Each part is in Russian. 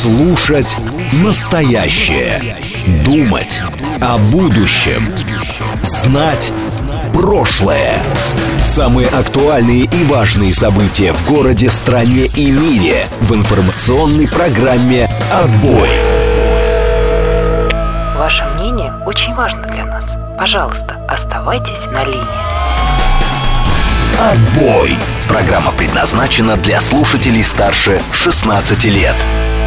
Слушать настоящее. Думать о будущем. Знать прошлое. Самые актуальные и важные события в городе, стране и мире в информационной программе «Отбой». Ваше мнение очень важно для нас. Пожалуйста, оставайтесь на линии. «Отбой». Программа предназначена для слушателей старше 16 лет.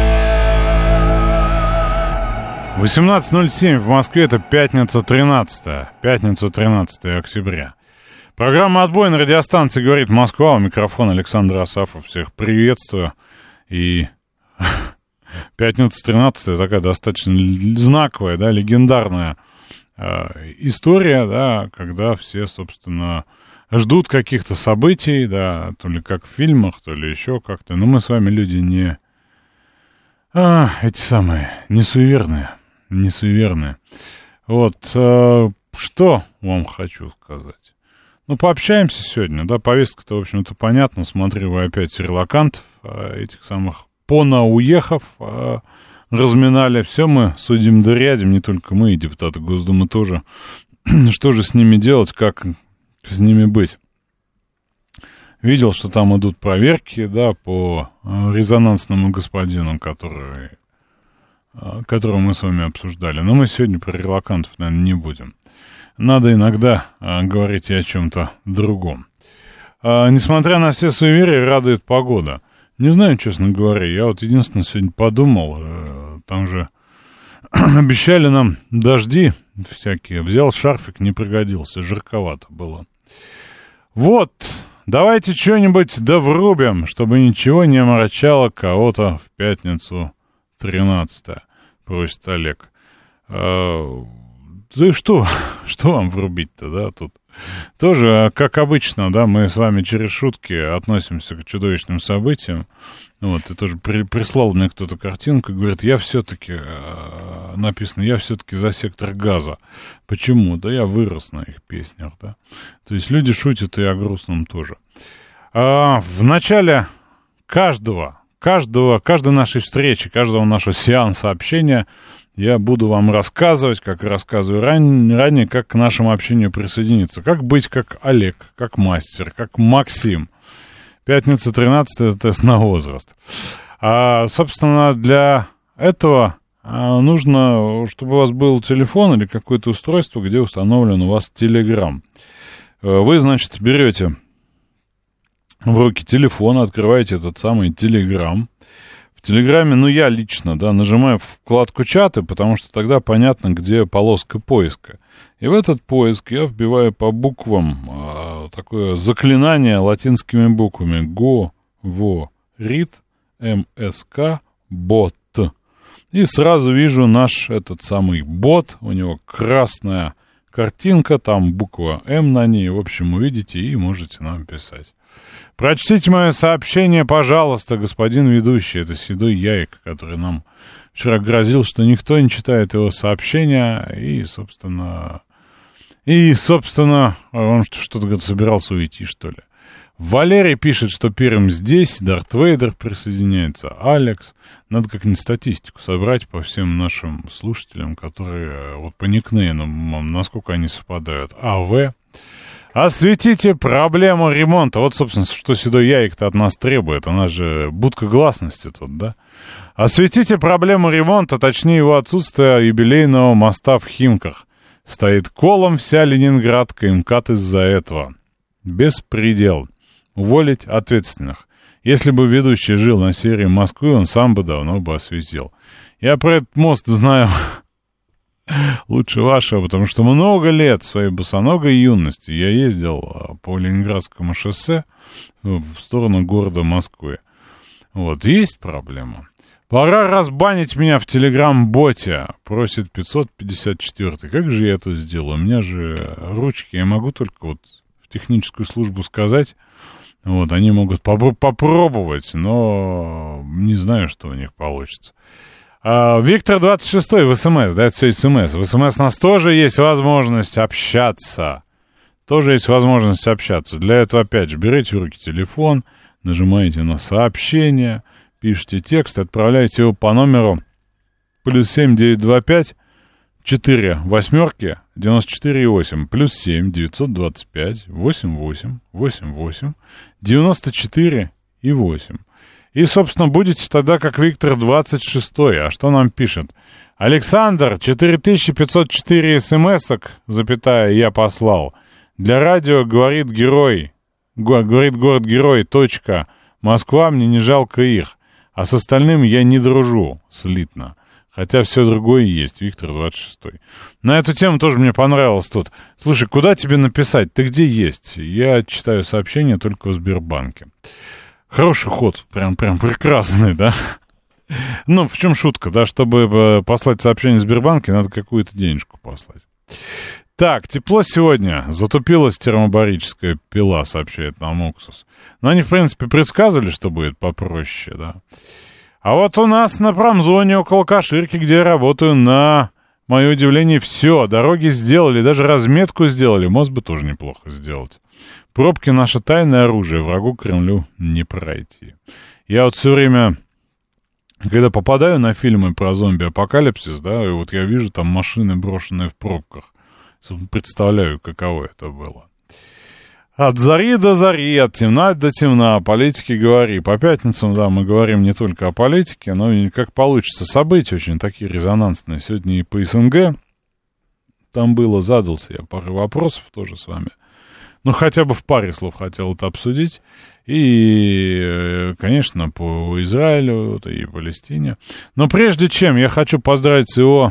18:07 в Москве, это пятница 13 октября. Программа «Отбой» на радиостанции «Говорит Москва». У микрофона Александр Асафов. Всех приветствую. И пятница 13 такая достаточно знаковая, да, легендарная история, да, когда все, собственно, ждут каких-то событий, да, то ли как в фильмах, то ли еще как-то. Но мы с вами люди не не суеверные. Вот, что вам хочу сказать. Ну, пообщаемся сегодня, да, повестка-то, в общем-то, понятна. Смотрю, вы опять релокантов, этих самых понауехав, разминали. Все мы судим да рядим, не только мы, и депутаты Госдумы тоже. Что же с ними делать, как с ними быть? Видел, что там идут проверки, да, по резонансному господину, которого мы с вами обсуждали. Но мы сегодня про релокантов, наверное, не будем. Надо иногда говорить и о чем-то другом. Несмотря на все суеверия, радует погода. Не знаю, честно говоря, я вот единственное сегодня подумал, там же обещали нам дожди всякие. Взял шарфик, не пригодился, жарковато было. Вот, давайте что-нибудь доврубим, чтобы ничего не омрачало кого-то в пятницу 13-е, просит Олег. Да что вам врубить-то, да, тут? Тоже, как обычно, да, мы с вами через шутки относимся к чудовищным событиям. Вот, и тоже прислал мне кто-то картинку, говорит, я все-таки за сектор газа. Почему? Да я вырос на их песнях, да. То есть люди шутят и о грустном тоже. В начале каждой нашей встречи, каждого нашего сеанса общения я буду вам рассказывать, как и рассказываю ранее, как к нашему общению присоединиться. Как быть как Олег, как мастер, как Максим. Пятница 13 это тест на возраст. Собственно, для этого нужно, чтобы у вас был телефон или какое-то устройство, где установлен у вас Telegram. Вы, значит, берете в руки телефон, открываете этот самый Telegram. В Телеграме, я лично, да, нажимаю вкладку «Чаты», потому что тогда понятно, где полоска поиска. И в этот поиск я вбиваю по буквам такое заклинание латинскими буквами «Говорит МСК Бот». И сразу вижу наш этот самый бот, у него красная картинка, там буква «М» на ней, в общем, увидите и можете нам писать. Прочтите мое сообщение, пожалуйста, господин ведущий. Это седой Яик, который нам вчера грозил, что никто не читает его сообщения. И, собственно, он что-то собирался уйти, что ли. Валерий пишет, что первым здесь, Дарт Вейдер присоединяется, Алекс. Надо как-нибудь статистику собрать по всем нашим слушателям, которые вот по никнеймам, насколько они совпадают. АВ. Осветите проблему ремонта. Вот, собственно, что седой Яик-то от нас требует. Она же будка гласности тут, да? Осветите проблему ремонта, точнее его отсутствие юбилейного моста в Химках. Стоит колом вся Ленинградка, МКАД из-за этого. Беспредел. Уволить ответственных. Если бы ведущий жил на севере Москвы, он сам бы давно бы осветил. Я про этот мост знаю лучше вашего, потому что много лет в своей босоногой юности я ездил по Ленинградскому шоссе в сторону города Москвы. Вот, есть проблема. Пора разбанить меня в Телеграм-боте, просит 554. Как же я это сделаю? У меня же ручки, я могу только вот в техническую службу сказать. Вот, они могут попробовать, но не знаю, что у них получится. Виктор 26 в СМС, да, это все СМС. В СМС у нас тоже есть возможность общаться. Для этого, опять же, берите в руки телефон, нажимаете на сообщение, пишите текст, отправляйте его по номеру +7 925 4 восьмерки 94,8 +7 925 88 88 94,8. И, собственно, будете тогда как Виктор 26-й. А что нам пишет? Александр, 4504 смс-ок, запятая, я послал. Для радио говорит герой, говорит город-герой, точка. Москва, мне не жалко их. А с остальным я не дружу, слитно. Хотя все другое есть, Виктор 26-й. На эту тему тоже мне понравилось тут. Слушай, куда тебе написать? Ты где есть? Я читаю сообщения только в Сбербанке. Хороший ход, прям прекрасный, да? Ну, в чем шутка, да? Чтобы послать сообщение в Сбербанке, надо какую-то денежку послать. Так, тепло сегодня. Затупилась термобарическая пила, сообщает нам Уксус. Но они, в принципе, предсказывали, что будет попроще, да? А вот у нас на промзоне около Каширки, где я работаю, на мое удивление, все. Дороги сделали, даже разметку сделали. Мост бы тоже неплохо сделать. Пробки — наше тайное оружие. Врагу Кремлю не пройти. Я вот все время, когда попадаю на фильмы про зомби-апокалипсис, да, и вот я вижу там машины, брошенные в пробках. Представляю, каково это было. От зари до зари, от темна до темна, о политике говори. По пятницам, да, мы говорим не только о политике, но и как получится. События очень такие резонансные. Сегодня и по СНГ там было, задался я пару вопросов тоже с вами. Ну, хотя бы в паре слов хотел это обсудить. И, конечно, по Израилю и Палестине. Но прежде чем, я хочу поздравить его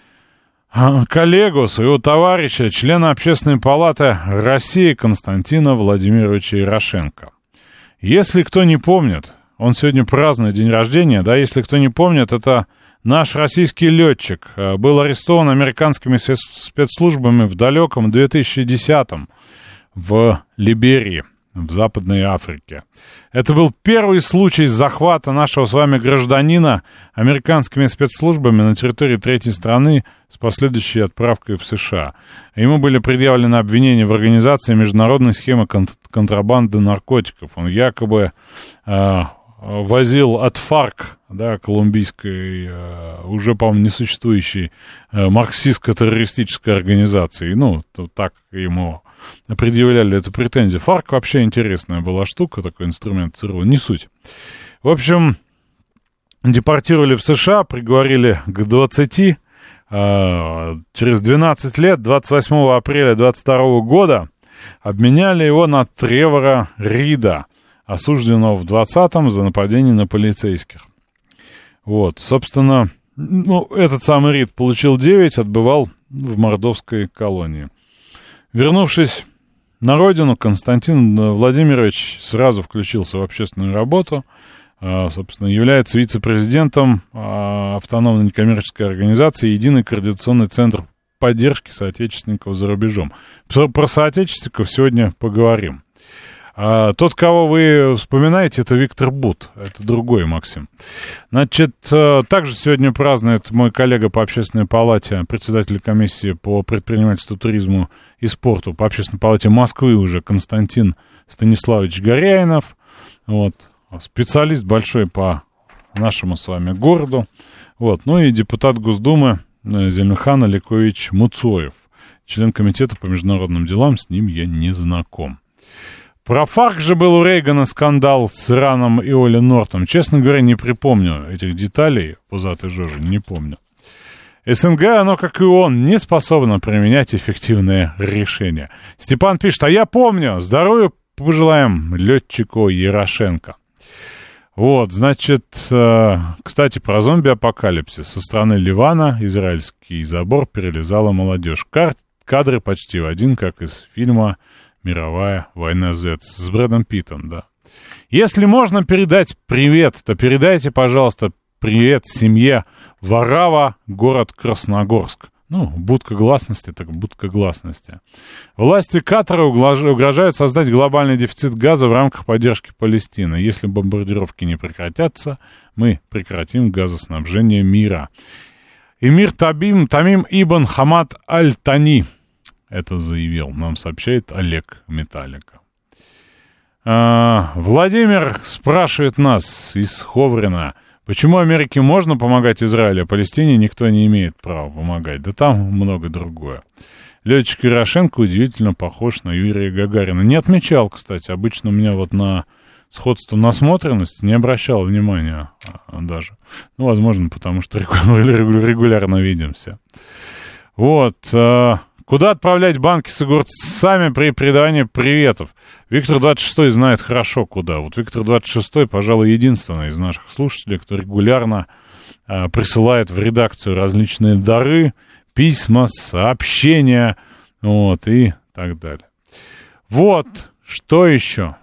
коллегу, своего товарища, члена Общественной палаты России Константина Владимировича Ярошенко. Если кто не помнит, он сегодня празднует день рождения, да, если кто не помнит, это наш российский летчик, был арестован американскими спецслужбами в далеком 2010-м в Либерии, в Западной Африке. Это был первый случай захвата нашего с вами гражданина американскими спецслужбами на территории третьей страны с последующей отправкой в США. Ему были предъявлены обвинения в организации международной схемы контрабанды наркотиков. Он якобы возил от ФАРК, да, колумбийской, уже, по-моему, несуществующей марксистско-террористической организации. Ну, так ему предъявляли эту претензию. ФАРК вообще интересная была штука, такой инструмент ЦРУ, не суть. В общем, депортировали в США, приговорили к 20, через 12 лет, 28 апреля 22 года, обменяли его на Тревора Рида, осужденного в 20-м за нападение на полицейских. Вот, собственно, ну, этот самый Рид получил 9, отбывал в мордовской колонии. Вернувшись на родину, Константин Владимирович сразу включился в общественную работу, собственно, является вице-президентом автономной некоммерческой организации «Единый координационный центр поддержки соотечественников за рубежом». Про соотечественников сегодня поговорим. Тот, кого вы вспоминаете, это Виктор Бут, это другой Максим. Значит, также сегодня празднует мой коллега по общественной палате, председатель комиссии по предпринимательству, туризму и спорту по общественной палате Москвы уже Константин Станиславович Горяинов, вот, специалист большой по нашему с вами городу, вот, ну и депутат Госдумы Зельмихан Аликович Муцоев, член комитета по международным делам, с ним я не знаком. Про ФАРК же был у Рейгана скандал с Ираном и Оли Нортом. Честно говоря, не припомню этих деталей, пузатый Жожи, не помню. СНГ, оно, как и он, не способно применять эффективные решения. Степан пишет, а я помню, здоровья пожелаем летчику Ярошенко. Вот, значит, кстати, про зомби-апокалипсис. Со стороны Ливана израильский забор перелезала молодежь. Кадры почти в один, как из фильма «Мировая война Z» с Брэдом Питтом, да. Если можно передать привет, то передайте, пожалуйста, привет семье Варава, город Красногорск. Ну, будка гласности, так будка гласности. Власти Катара угрожают создать глобальный дефицит газа в рамках поддержки Палестины. Если бомбардировки не прекратятся, мы прекратим газоснабжение мира. Эмир Тамим Ибн Хамад Аль-Тани это заявил, нам сообщает Олег Металлика. Владимир спрашивает нас из Ховрина, почему Америке можно помогать Израилю, а Палестине никто не имеет права помогать. Да там много другое. Летчик Ярошенко удивительно похож на Юрия Гагарина. Не отмечал, кстати, обычно у меня вот на сходство насмотренности не обращал внимания даже. Ну, возможно, потому что регулярно видимся. Вот. Куда отправлять банки с огурцами при передавании приветов? Виктор 26 знает хорошо, куда. Вот Виктор 26, пожалуй, единственный из наших слушателей, кто регулярно присылает в редакцию различные дары, письма, сообщения, вот, и так далее. Вот, что еще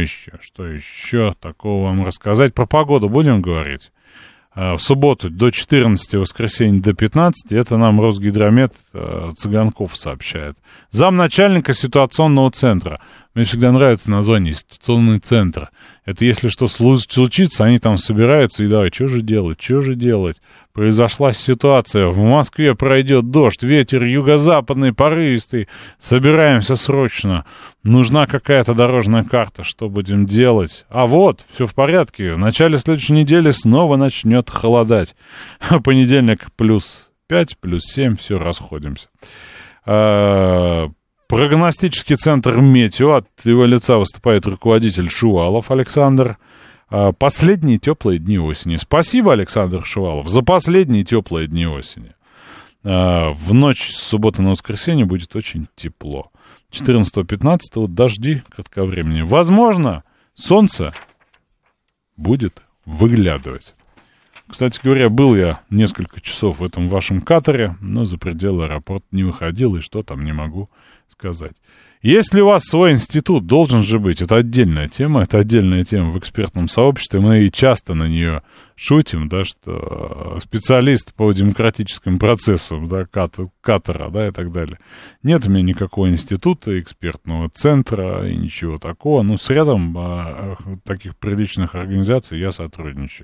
такого вам рассказать? Про погоду будем говорить? В субботу до 14, в воскресенье до 15, это нам Росгидромет Цыганков сообщает. Замначальника ситуационного центра. Мне всегда нравится название «Ситуационный центр». Это если что случится, они там собираются и давай, что же делать? Произошла ситуация, в Москве пройдет дождь, ветер юго-западный, порывистый, собираемся срочно, нужна какая-то дорожная карта, что будем делать? А вот, все в порядке, в начале следующей недели снова начнет холодать. Понедельник плюс 5, плюс 7, все, расходимся. Прогностический центр «Метео», от его лица выступает руководитель Шувалов Александр. Последние теплые дни осени. Спасибо, Александр Шувалов, за последние теплые дни осени. В ночь с субботы на воскресенье будет очень тепло. 14-15 дожди кратковременные. Возможно, солнце будет выглядывать. Кстати говоря, был я несколько часов в этом вашем катере, но за пределы аэропорта не выходил, и что там, не могу сказать. Если у вас свой институт, должен же быть, это отдельная тема в экспертном сообществе, мы и часто на нее шутим, да, что специалист по демократическим процессам, да, катера, да, и так далее. Нет у меня никакого института, экспертного центра и ничего такого, но с рядом таких приличных организаций я сотрудничаю.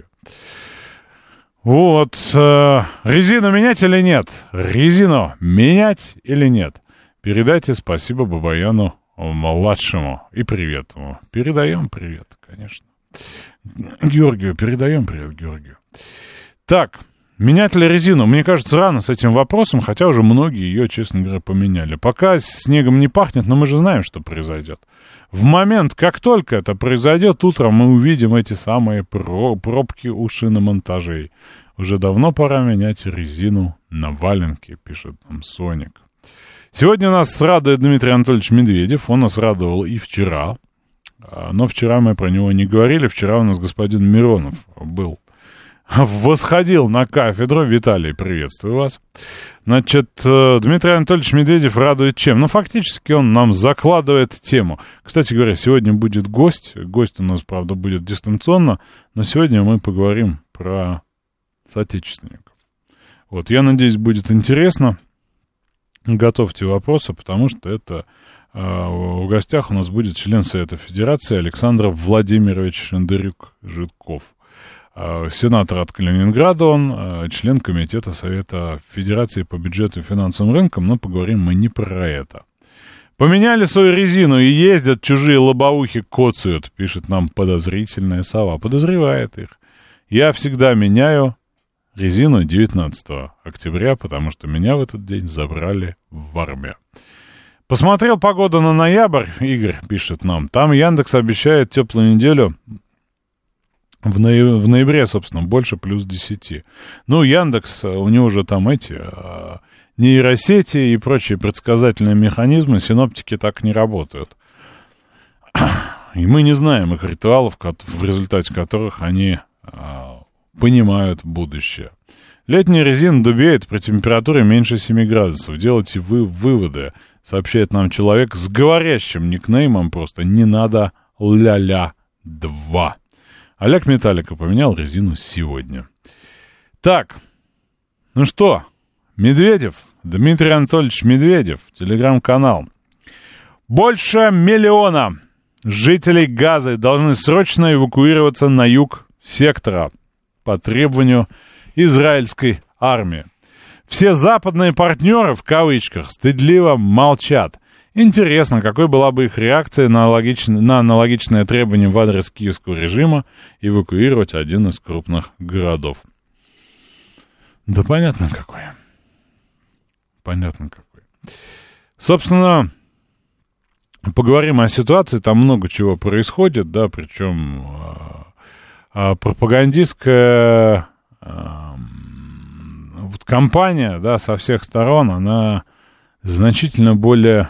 Вот, резину менять или нет? Резину менять или нет? Передайте спасибо Бабаяну-младшему и привет ему. Передаем привет, конечно. Георгию, передаем привет Георгию. Так, менять ли резину? Мне кажется, рано с этим вопросом, хотя уже многие ее, честно говоря, поменяли. Пока снегом не пахнет, но мы же знаем, что произойдет. В момент, как только это произойдет, утром мы увидим эти самые пробки у шиномонтажей. Уже давно пора менять резину на валенки, пишет нам Соник. Сегодня нас радует Дмитрий Анатольевич Медведев. Он нас радовал и вчера. Но вчера мы про него не говорили. Вчера у нас господин Миронов был. Восходил на кафедру. Виталий, приветствую вас. Значит, Дмитрий Анатольевич Медведев радует чем? Ну, фактически он нам закладывает тему. Кстати говоря, сегодня будет гость. Гость у нас, правда, будет дистанционно. Но сегодня мы поговорим про соотечественников. Вот, я надеюсь, будет интересно. Готовьте вопросы, потому что это в гостях у нас будет член Совета Федерации Александр Владимирович Шендерюк-Жидков. Сенатор от Калининграда он, член Комитета Совета Федерации по бюджету и финансовым рынкам, но поговорим мы не про это. Поменяли свою резину и ездят, чужие лобоухи коцают, пишет нам подозрительная сова. Подозревает их. Я всегда меняю резину 19 октября, потому что меня в этот день забрали в армию. Посмотрел погоду на ноябрь, Игорь пишет нам. Там Яндекс обещает теплую неделю. В ноябре, собственно, больше плюс 10. Ну, Яндекс, у него уже там эти нейросети и прочие предсказательные механизмы, синоптики так не работают. И мы не знаем их ритуалов, в результате которых они понимают будущее. Летняя резина дубеет при температуре меньше 7 градусов. Делайте выводы, сообщает нам человек с говорящим никнеймом, просто не надо ля-ля-2. Олег Металлика поменял резину сегодня. Так, ну что, Медведев, Дмитрий Анатольевич Медведев, телеграм-канал. Больше 1 миллиона жителей Газы должны срочно эвакуироваться на юг сектора по требованию израильской армии. Все западные партнеры, в кавычках, стыдливо молчат. Интересно, какой была бы их реакция на аналогичное требование в адрес киевского режима эвакуировать один из крупных городов. Да понятно какое. Понятно какое. Собственно, поговорим о ситуации. Там много чего происходит, да, причем пропагандистская вот кампания, да, со всех сторон, она значительно более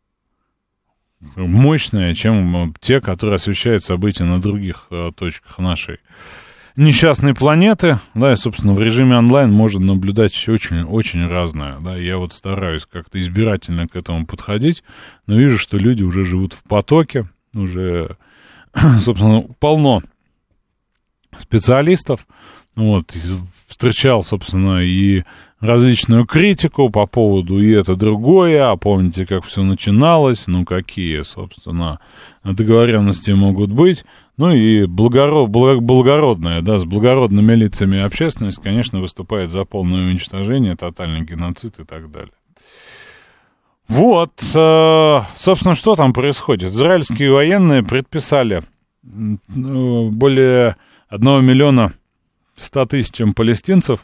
мощная, чем те, которые освещают события на других точках нашей несчастной планеты. Да, и, собственно, в режиме онлайн можно наблюдать очень разное. Да, я вот стараюсь как-то избирательно к этому подходить, но вижу, что люди уже живут в потоке, уже, собственно, полно специалистов. Вот, встречал, собственно, и различную критику по поводу и это другое, а помните, как все начиналось, ну, какие, собственно, договоренности могут быть, ну, и благородная, да, с благородными лицами общественность, конечно, выступает за полное уничтожение, тотальный геноцид и так далее. Вот, собственно, что там происходит? Израильские военные предписали более 1 100 000 палестинцев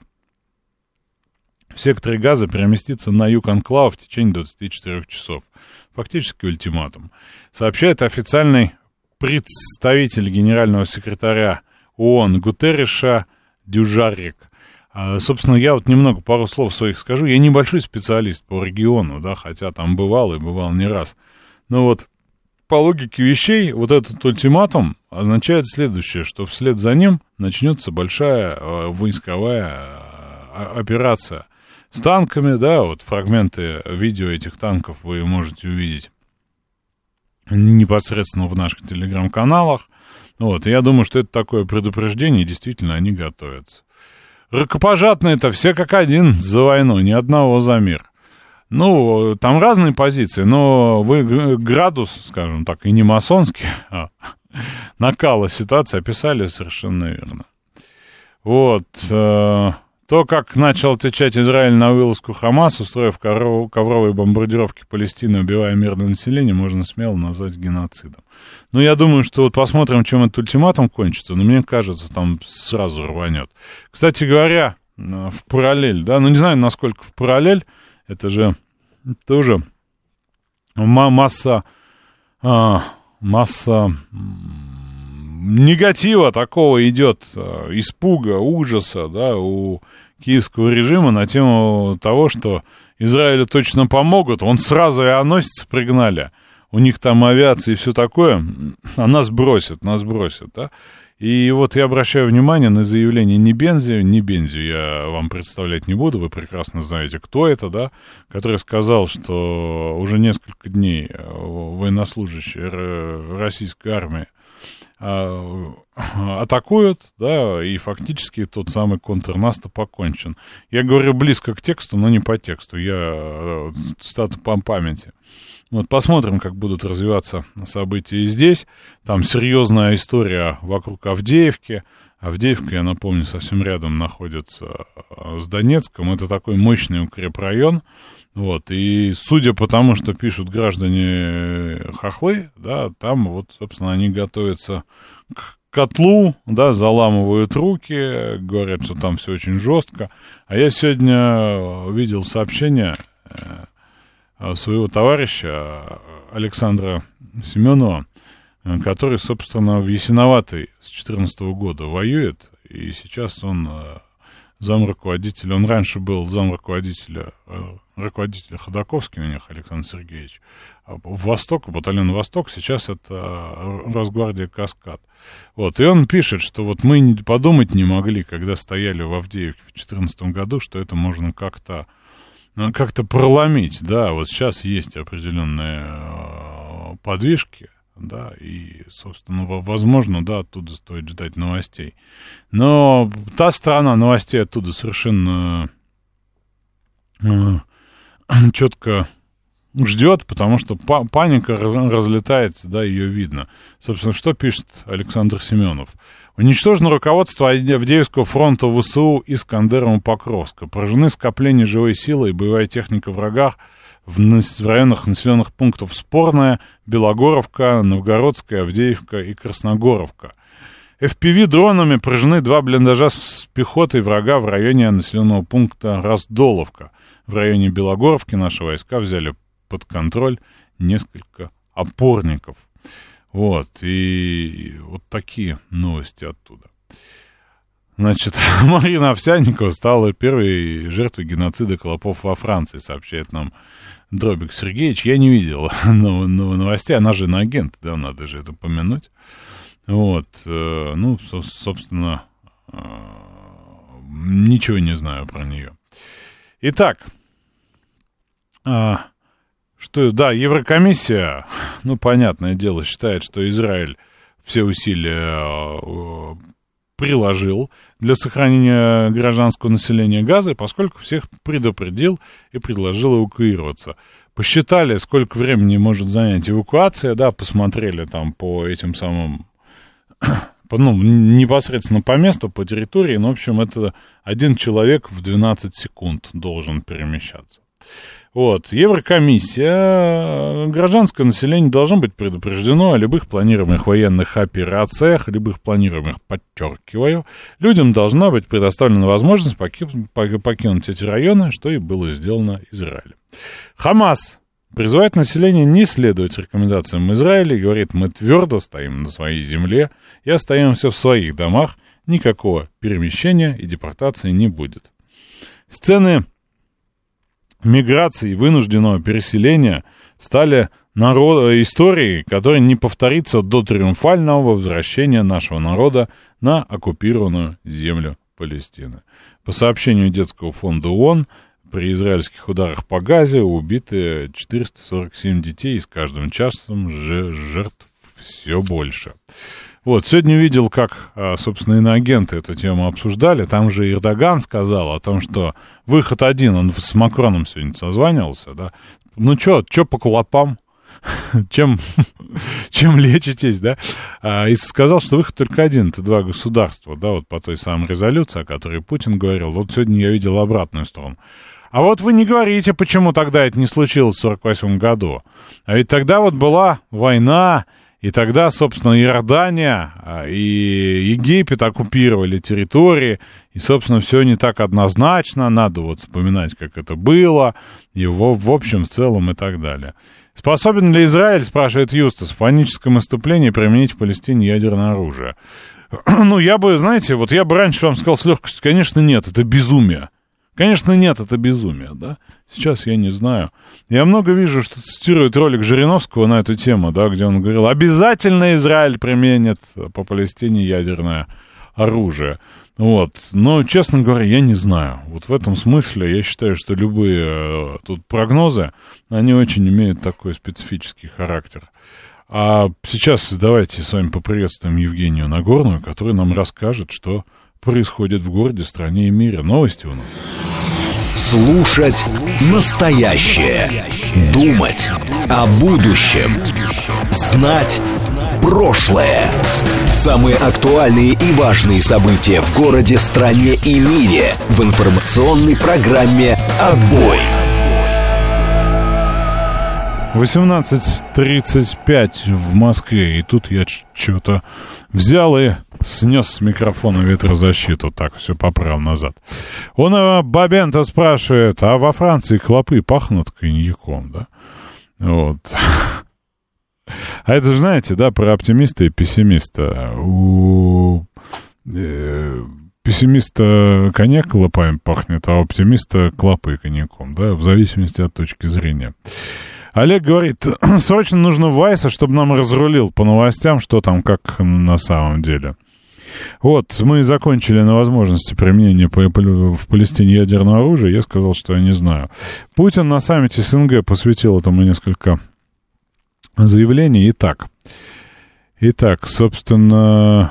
в секторе Газа переместиться на юг анклава в течение 24 часов. Фактически ультиматум. Сообщает официальный представитель генерального секретаря ООН Гутерриша Дюжарик. Собственно, я вот немного пару слов своих скажу. Я небольшой специалист по региону, да, хотя там бывал не раз. Но вот по логике вещей вот этот ультиматум означает следующее, что вслед за ним начнется большая войсковая операция с танками, да, вот фрагменты видео этих танков вы можете увидеть непосредственно в наших телеграм-каналах. Вот, и я думаю, что это такое предупреждение, и действительно они готовятся. Рукопожатные-то все как один за войну, ни одного за мир. Ну, там разные позиции, но вы градус, скажем так, и не масонский, а накала ситуации описали совершенно верно. Вот. То, как начал отвечать Израиль на вылазку Хамас, устроив ковровые бомбардировки Палестины, убивая мирное население, можно смело назвать геноцидом. Ну, я думаю, что вот посмотрим, чем этот ультиматум кончится, но мне кажется, там сразу рванет. Кстати говоря, в параллель, да, ну, не знаю, насколько в параллель, это же тоже масса негатива такого идет, испуга, ужаса, да, у киевского режима на тему того, что Израилю точно помогут, он сразу и авианосцы пригнали, у них там авиация и все такое, а нас бросят, да. И вот я обращаю внимание на заявление Небензию я вам представлять не буду, вы прекрасно знаете, кто это, да, который сказал, что уже несколько дней военнослужащие российской армии атакуют, да, и фактически тот самый контрнаступ окончен. Я говорю близко к тексту, но не по тексту, я цитату по памяти. Вот посмотрим, как будут развиваться события и здесь. Там серьезная история вокруг Авдеевки. Авдеевка, я напомню, совсем рядом находится с Донецком. Это такой мощный укрепрайон. Вот, и судя по тому, что пишут граждане хохлы, да, там вот, собственно, они готовятся к котлу, да, заламывают руки, говорят, что там все очень жестко. А я сегодня видел сообщение своего товарища Александра Семенова, который, собственно, в Ясиноватой с 2014 года воюет, и сейчас он замруководителя, он раньше был замруководителя Ходаковский у них, Александр Сергеевич, в Восток, батальон Восток, сейчас это Росгвардия Каскад. Вот, и он пишет, что вот мы подумать не могли, когда стояли в Авдеевке в 2014 году, что это можно как-то проломить, да, вот сейчас есть определенные подвижки, да, и, собственно, возможно, да, оттуда стоит ждать новостей. Но та страна новостей оттуда совершенно четко ждет, потому что паника разлетается, да, ее видно. Собственно, что пишет Александр Семенов? Уничтожено руководство Авдеевского фронта ВСУ Искандером Покровска. Поражены скопления живой силы и боевая техника врага в районах населенных пунктов Спорная, Белогоровка, Новгородская, Авдеевка и Красногоровка. FPV-дронами поражены 2 блиндажа с пехотой врага в районе населенного пункта Раздоловка. В районе Белогоровки наши войска взяли под контроль несколько опорников. Вот, и вот такие новости оттуда. Значит, Марина Овсянникова стала первой жертвой геноцида клопов во Франции, сообщает нам Дробик Сергеевич. Я не видел новостей, она же иноагент, да, надо же это помянуть. Вот, ну, собственно, ничего не знаю про нее. Итак, что, да, Еврокомиссия, ну, понятное дело, считает, что Израиль все усилия приложил для сохранения гражданского населения Газы, поскольку всех предупредил и предложил эвакуироваться. Посчитали, сколько времени может занять эвакуация, да, посмотрели там по этим самым, ну, непосредственно по месту, по территории, но, в общем, это 1 человек в 12 секунд должен перемещаться. Вот, Еврокомиссия, гражданское население должно быть предупреждено о любых планируемых военных операциях, любых планируемых, подчеркиваю, людям должна быть предоставлена возможность покинуть эти районы, что и было сделано Израилем. Хамас призывает население не следовать рекомендациям Израиля и говорит: мы твердо стоим на своей земле и остаемся в своих домах, никакого перемещения и депортации не будет. Сцены миграции и вынужденного переселения стали историей, которая не повторится до триумфального возвращения нашего народа на оккупированную землю Палестины. По сообщению детского фонда ООН, при израильских ударах по Газе убиты 447 детей, и с каждым часом жертв все больше. Вот, сегодня видел, как, собственно, иноагенты эту тему обсуждали. Там же Эрдоган сказал о том, что выход один, он с Макроном сегодня созванивался, да. Ну, чё по клопам? Чем лечитесь, да? И сказал, что выход только один, это 2 государства, да, вот по той самой резолюции, о которой Путин говорил. Вот сегодня я видел обратную сторону. А вот вы не говорите, почему тогда это не случилось в 1948 году. А ведь тогда вот была война, и тогда, собственно, Иордания и Египет оккупировали территории, и, собственно, все не так однозначно, надо вот вспоминать, как это было, и в общем, в целом и так далее. Способен ли Израиль, спрашивает Юстас, в паническом наступлении применить в Палестине ядерное оружие? Ну, я бы, знаете, вот я бы раньше вам сказал с легкостью, конечно, нет, это безумие. Конечно, нет, это безумие, да? Сейчас я не знаю. Я много вижу, что цитирует ролик Жириновского на эту тему, да, где он говорил: обязательно Израиль применит по Палестине ядерное оружие. Вот. Но, честно говоря, я не знаю. Вот в этом смысле я считаю, что любые тут прогнозы, они очень имеют такой специфический характер. А сейчас давайте с вами поприветствуем Евгению Нагорную, которая нам расскажет, что происходит в городе, стране и мире. Новости у нас. Слушать настоящее. Думать о будущем. Знать прошлое. Самые актуальные и важные события в городе, стране и мире в информационной программе «Отбой». 18:35 в Москве, и тут я что-то взял и снес с микрофона ветрозащиту, так, все поправил назад. Бабента спрашивает, а во Франции клопы пахнут коньяком, да? Вот. А это же, знаете, да, про оптимиста и пессимиста. У пессимиста коньяк клопами пахнет, а у оптимиста клопы коньяком, да, в зависимости от точки зрения. Олег говорит, срочно нужно Вайса, чтобы нам разрулил по новостям, что там, как на самом деле. Вот, мы закончили на возможности применения в Палестине ядерного оружия. Я сказал, что я не знаю. Путин на саммите СНГ посвятил этому несколько заявлений. Итак, собственно,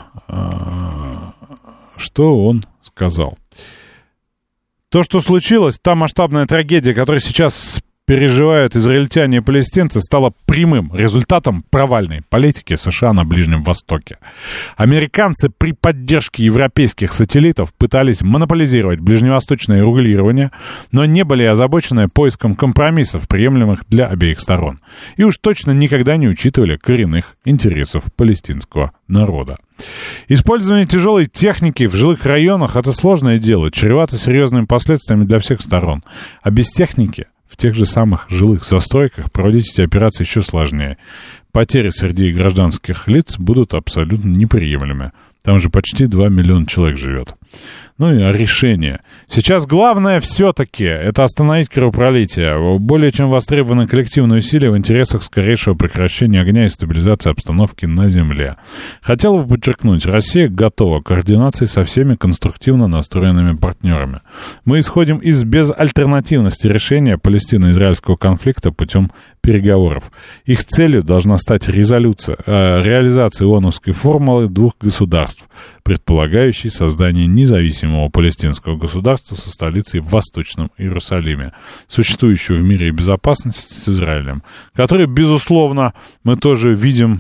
что он сказал? То, что случилось, та масштабная трагедия, которая сейчас переживают израильтяне и палестинцы, стало прямым результатом провальной политики США на Ближнем Востоке. Американцы при поддержке европейских сателлитов пытались монополизировать ближневосточное регулирование, но не были озабочены поиском компромиссов, приемлемых для обеих сторон. И уж точно никогда не учитывали коренных интересов палестинского народа. Использование тяжелой техники в жилых районах – это сложное дело, чревато серьезными последствиями для всех сторон. А без техники в тех же самых жилых застройках проводить эти операции еще сложнее. Потери среди гражданских лиц будут абсолютно неприемлемы. Там же почти 2 миллиона человек живет. Ну и решение. Сейчас главное все-таки это остановить кровопролитие. Более чем востребованы коллективные усилия в интересах скорейшего прекращения огня и стабилизации обстановки на земле. Хотел бы подчеркнуть, Россия готова к координации со всеми конструктивно настроенными партнерами. Мы исходим из безальтернативности решения палестино-израильского конфликта путем переговоров. Их целью должна стать реализация ООНовской формулы двух государств, предполагающей создание независимого палестинского государства со столицей в Восточном Иерусалиме, существующего в мире и безопасности с Израилем, который, безусловно, мы тоже видим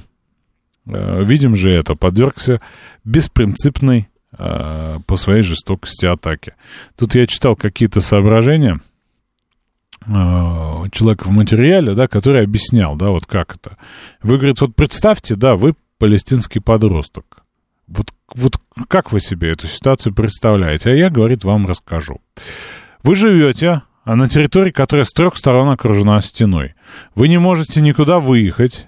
же это, подвергся беспринципной по своей жестокости атаке. Тут я читал какие-то соображения человека в материале, да, который объяснял, да, вот как это. Вы, говорит, вот представьте, да, вы палестинский подросток. Вот как вы себе эту ситуацию представляете? А я, говорит, вам расскажу. Вы живете на территории, которая с 3 сторон окружена стеной. Вы не можете никуда выехать.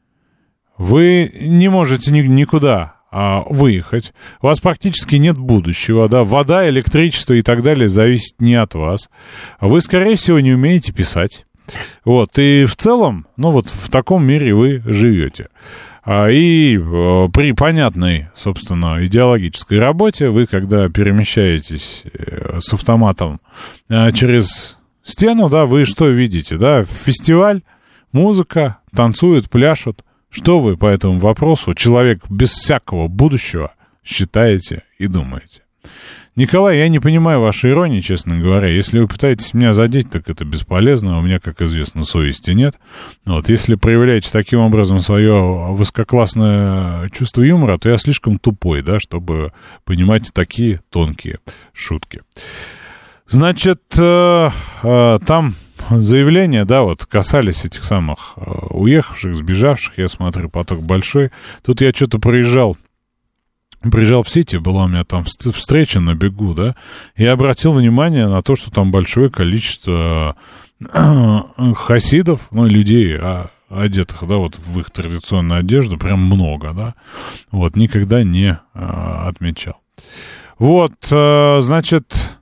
Вы не можете никуда выехать. У вас практически нет будущего, да, вода, электричество и так далее зависит не от вас. Вы, скорее всего, не умеете писать. Вот, и в целом, ну вот в таком мире вы живете. И при понятной, собственно, идеологической работе вы, когда перемещаетесь с автоматом через стену, да, вы что видите, да, фестиваль, музыка, танцуют, пляшут. Что вы по этому вопросу, человек без всякого будущего, считаете и думаете? Николай, я не понимаю вашей иронии, честно говоря. Если вы пытаетесь меня задеть, так это бесполезно. У меня, как известно, совести нет. Вот, если проявляете таким образом свое высококлассное чувство юмора, то я слишком тупой, да, чтобы понимать такие тонкие шутки. Значит, там заявления, да, вот касались этих самых уехавших, сбежавших, я смотрю, поток большой. Тут я что-то приезжал в Сити, была у меня там встреча на бегу, да, и обратил внимание на то, что там большое количество хасидов, ну, людей, одетых, да, вот в их традиционную одежду, прям много, да, вот, никогда не отмечал. Вот, значит,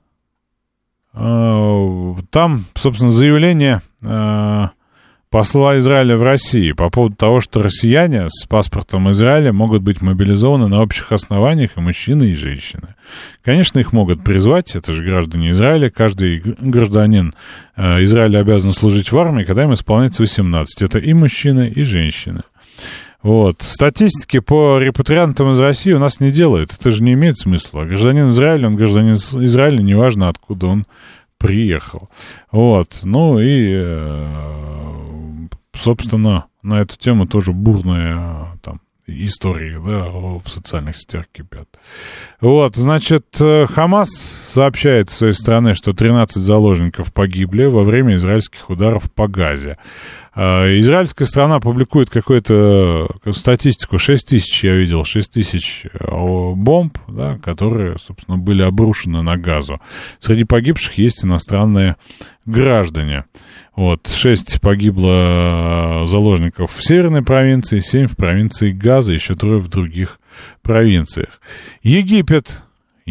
там, собственно, заявление посла Израиля в России по поводу того, что россияне с паспортом Израиля могут быть мобилизованы на общих основаниях, и мужчины, и женщины. Конечно, их могут призвать, это же граждане Израиля, каждый гражданин Израиля обязан служить в армии, когда им исполняется 18. Это и мужчины, и женщины. Вот. Статистики по репатриантам из России у нас не делают, это же не имеет смысла. Гражданин Израиля, он гражданин Израиля, неважно, откуда он приехал. Вот. Ну и, собственно, на эту тему тоже бурные там истории, да, в социальных сетях кипят. Вот, значит, Хамас сообщает с своей стороны, что 13 заложников погибли во время израильских ударов по Газе. Израильская страна публикует какую-то статистику, 6 тысяч, я видел, 6 тысяч бомб, да, которые, собственно, были обрушены на Газу. Среди погибших есть иностранные граждане. Вот, 6 погибло заложников в северной провинции, 7 в провинции Газа, еще 3 в других провинциях. Египет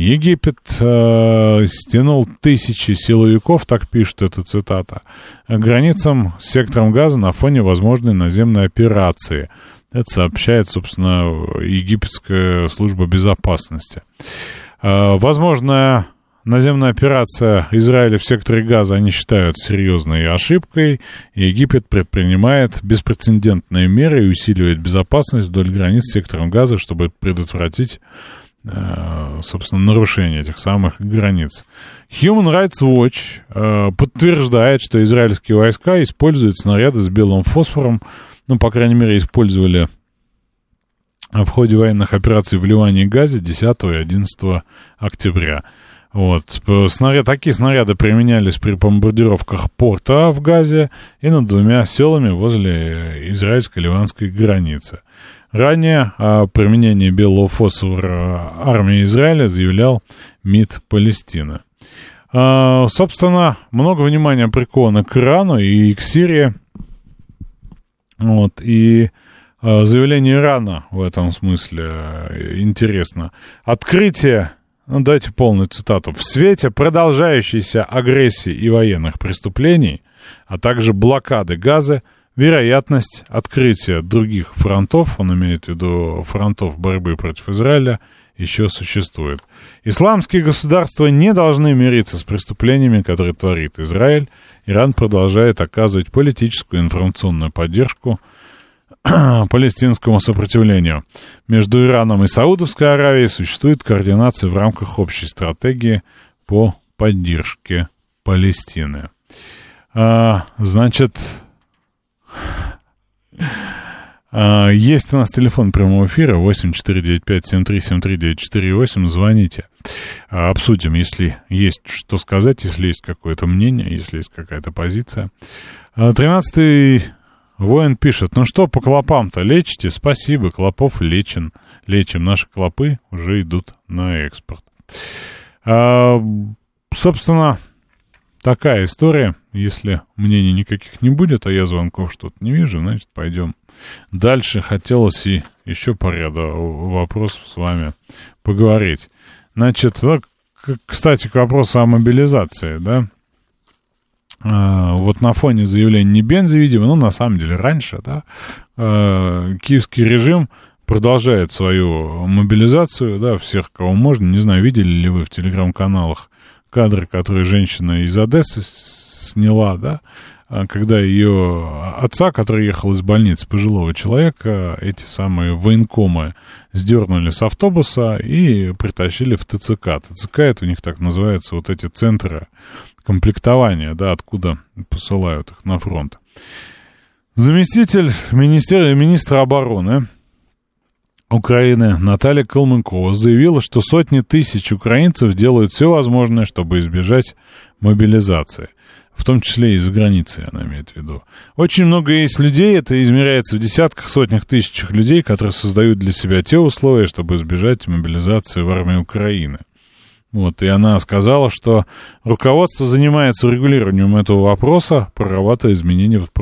стянул тысячи силовиков, так пишет эта цитата, к границам с сектором Газа на фоне возможной наземной операции. Это сообщает, собственно, египетская служба безопасности. Возможная наземная операция Израиля в секторе Газа они считают серьезной ошибкой, и Египет предпринимает беспрецедентные меры и усиливает безопасность вдоль границ с сектором Газа, чтобы предотвратить собственно, нарушение этих самых границ. Human Rights Watch подтверждает, что израильские войска используют снаряды с белым фосфором, ну, по крайней мере, использовали в ходе военных операций в Ливане и Газе 10 и 11 октября. Вот. Такие снаряды применялись при бомбардировках порта в Газе и над 2 селами возле израильско-ливанской границы. Ранее о применении белого фосфора армии Израиля заявлял МИД Палестины. Собственно, много внимания приковано к Ирану и к Сирии. Вот. И заявление Ирана в этом смысле интересно. Открытие, ну, дайте полную цитату: «В свете продолжающейся агрессии и военных преступлений, а также блокады Газы, вероятность открытия других фронтов», он имеет в виду фронтов борьбы против Израиля, еще существует. Исламские государства не должны мириться с преступлениями, которые творит Израиль. Иран продолжает оказывать политическую и информационную поддержку палестинскому сопротивлению. Между Ираном и Саудовской Аравией существует координация в рамках общей стратегии по поддержке Палестины. Значит, есть у нас телефон прямого эфира 8495-7373-948. Звоните. Обсудим, если есть что сказать, если есть какое-то мнение, если есть какая-то позиция. 13-й воин пишет: ну что, по клопам-то лечите? Спасибо, клопов лечим. Наши клопы уже идут на экспорт. Собственно, такая история. Если мнений никаких не будет, а я звонков что-то не вижу, значит, пойдем дальше. Хотелось и еще по ряду вопросов с вами поговорить. Значит, кстати, к вопросу о мобилизации, да. Вот на фоне заявления Небензи, видимо, ну, на самом деле, раньше, да, киевский режим продолжает свою мобилизацию, да, всех, кого можно. Не знаю, видели ли вы в телеграм-каналах кадры, которые женщина из Одессы сняла, да, когда ее отца, который ехал из больницы, пожилого человека, эти самые военкомы сдернули с автобуса и притащили в ТЦК. ТЦК — это у них так называются вот эти центры комплектования, да, откуда посылают их на фронт. Заместитель министра обороны Украины Наталья Калмыкова заявила, что сотни тысяч украинцев делают все возможное, чтобы избежать мобилизации. В том числе и за границей, она имеет в виду. Очень много есть людей, это измеряется в десятках, сотнях тысячах людей, которые создают для себя те условия, чтобы избежать мобилизации в армии Украины. Вот, и она сказала, что руководство занимается урегулированием этого вопроса, прорабатывая изменения в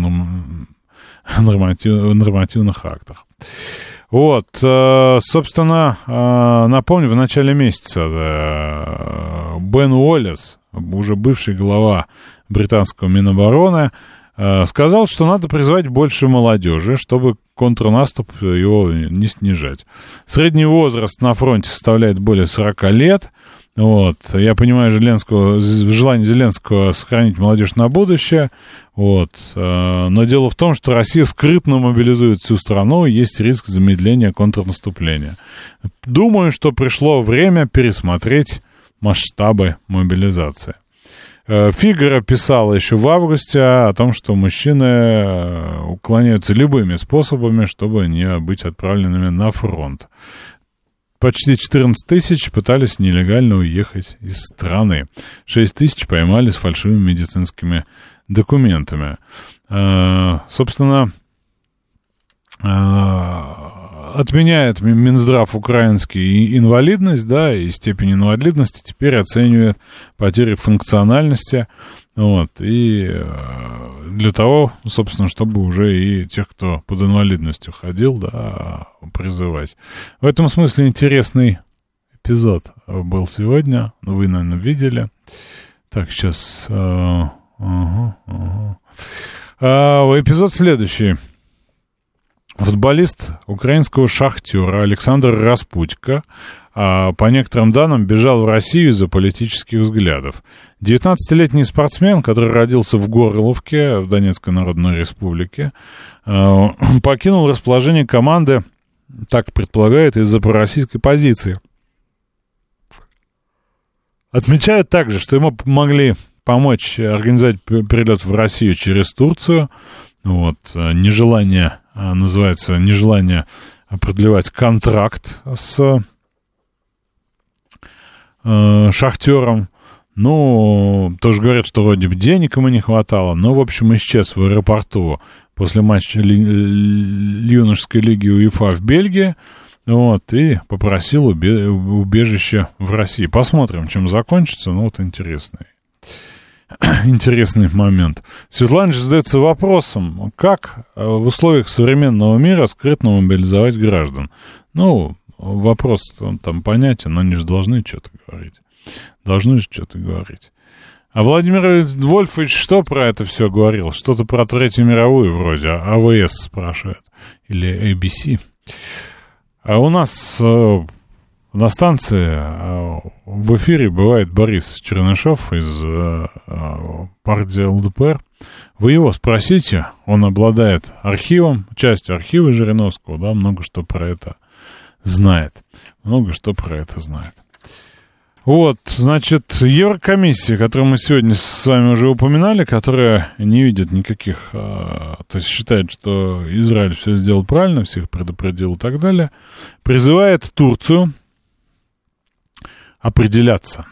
нормативных актах. Вот, собственно, напомню, в начале месяца Бен Уоллес, уже бывший глава британского Минобороны, сказал, что надо призвать больше молодежи, чтобы контрнаступ его не снижать. Средний возраст на фронте составляет более 40 лет. Вот. Я понимаю желание Зеленского сохранить молодежь на будущее. Вот. Но дело в том, что Россия скрытно мобилизует всю страну, и есть риск замедления контрнаступления. Думаю, что пришло время пересмотреть масштабы мобилизации. Фигаро писала еще в августе о том, что мужчины уклоняются любыми способами, чтобы не быть отправленными на фронт. Почти 14 тысяч пытались нелегально уехать из страны. 6 тысяч поймали с фальшивыми медицинскими документами. Собственно, отменяет Минздрав украинский инвалидность, да, и степень инвалидности теперь оценивает потери функциональности, вот, и для того, собственно, чтобы уже и тех, кто под инвалидностью ходил, да, призывать. В этом смысле интересный эпизод был сегодня, вы, наверное, видели. Так, сейчас... Эпизод следующий. Футболист украинского «Шахтера» Александр Распутько, по некоторым данным, бежал в Россию из-за политических взглядов. 19-летний спортсмен, который родился в Горловке, в Донецкой Народной Республике, покинул расположение команды так предполагают, из-за пророссийской позиции. Отмечают также, что ему могли помочь организовать перелет в Россию через Турцию. Вот, нежелание продлевать контракт с Шахтером. Ну, тоже говорят, что вроде бы денег ему не хватало, но, в общем, исчез в аэропорту после матча юношеской лиги УЕФА в Бельгии, вот, и попросил убежище в России. Посмотрим, чем закончится, ну, вот интересный момент. Светлана же задается вопросом, как в условиях современного мира скрытно мобилизовать граждан. Ну, вопрос там понятен, но они же должны что-то говорить. А Владимир Вольфович что про это все говорил? Что-то про Третью мировую вроде. АВС спрашивает. Или ABC. А у нас на станции в эфире бывает Борис Чернышов из партии ЛДПР. Вы его спросите. Он обладает архивом, частью архива Жириновского. Да, много что про это знает. Вот, значит, Еврокомиссия, которую мы сегодня с вами уже упоминали, которая не видит никаких, то есть считает, что Израиль все сделал правильно, всех предупредил и так далее, призывает Турцию определяться.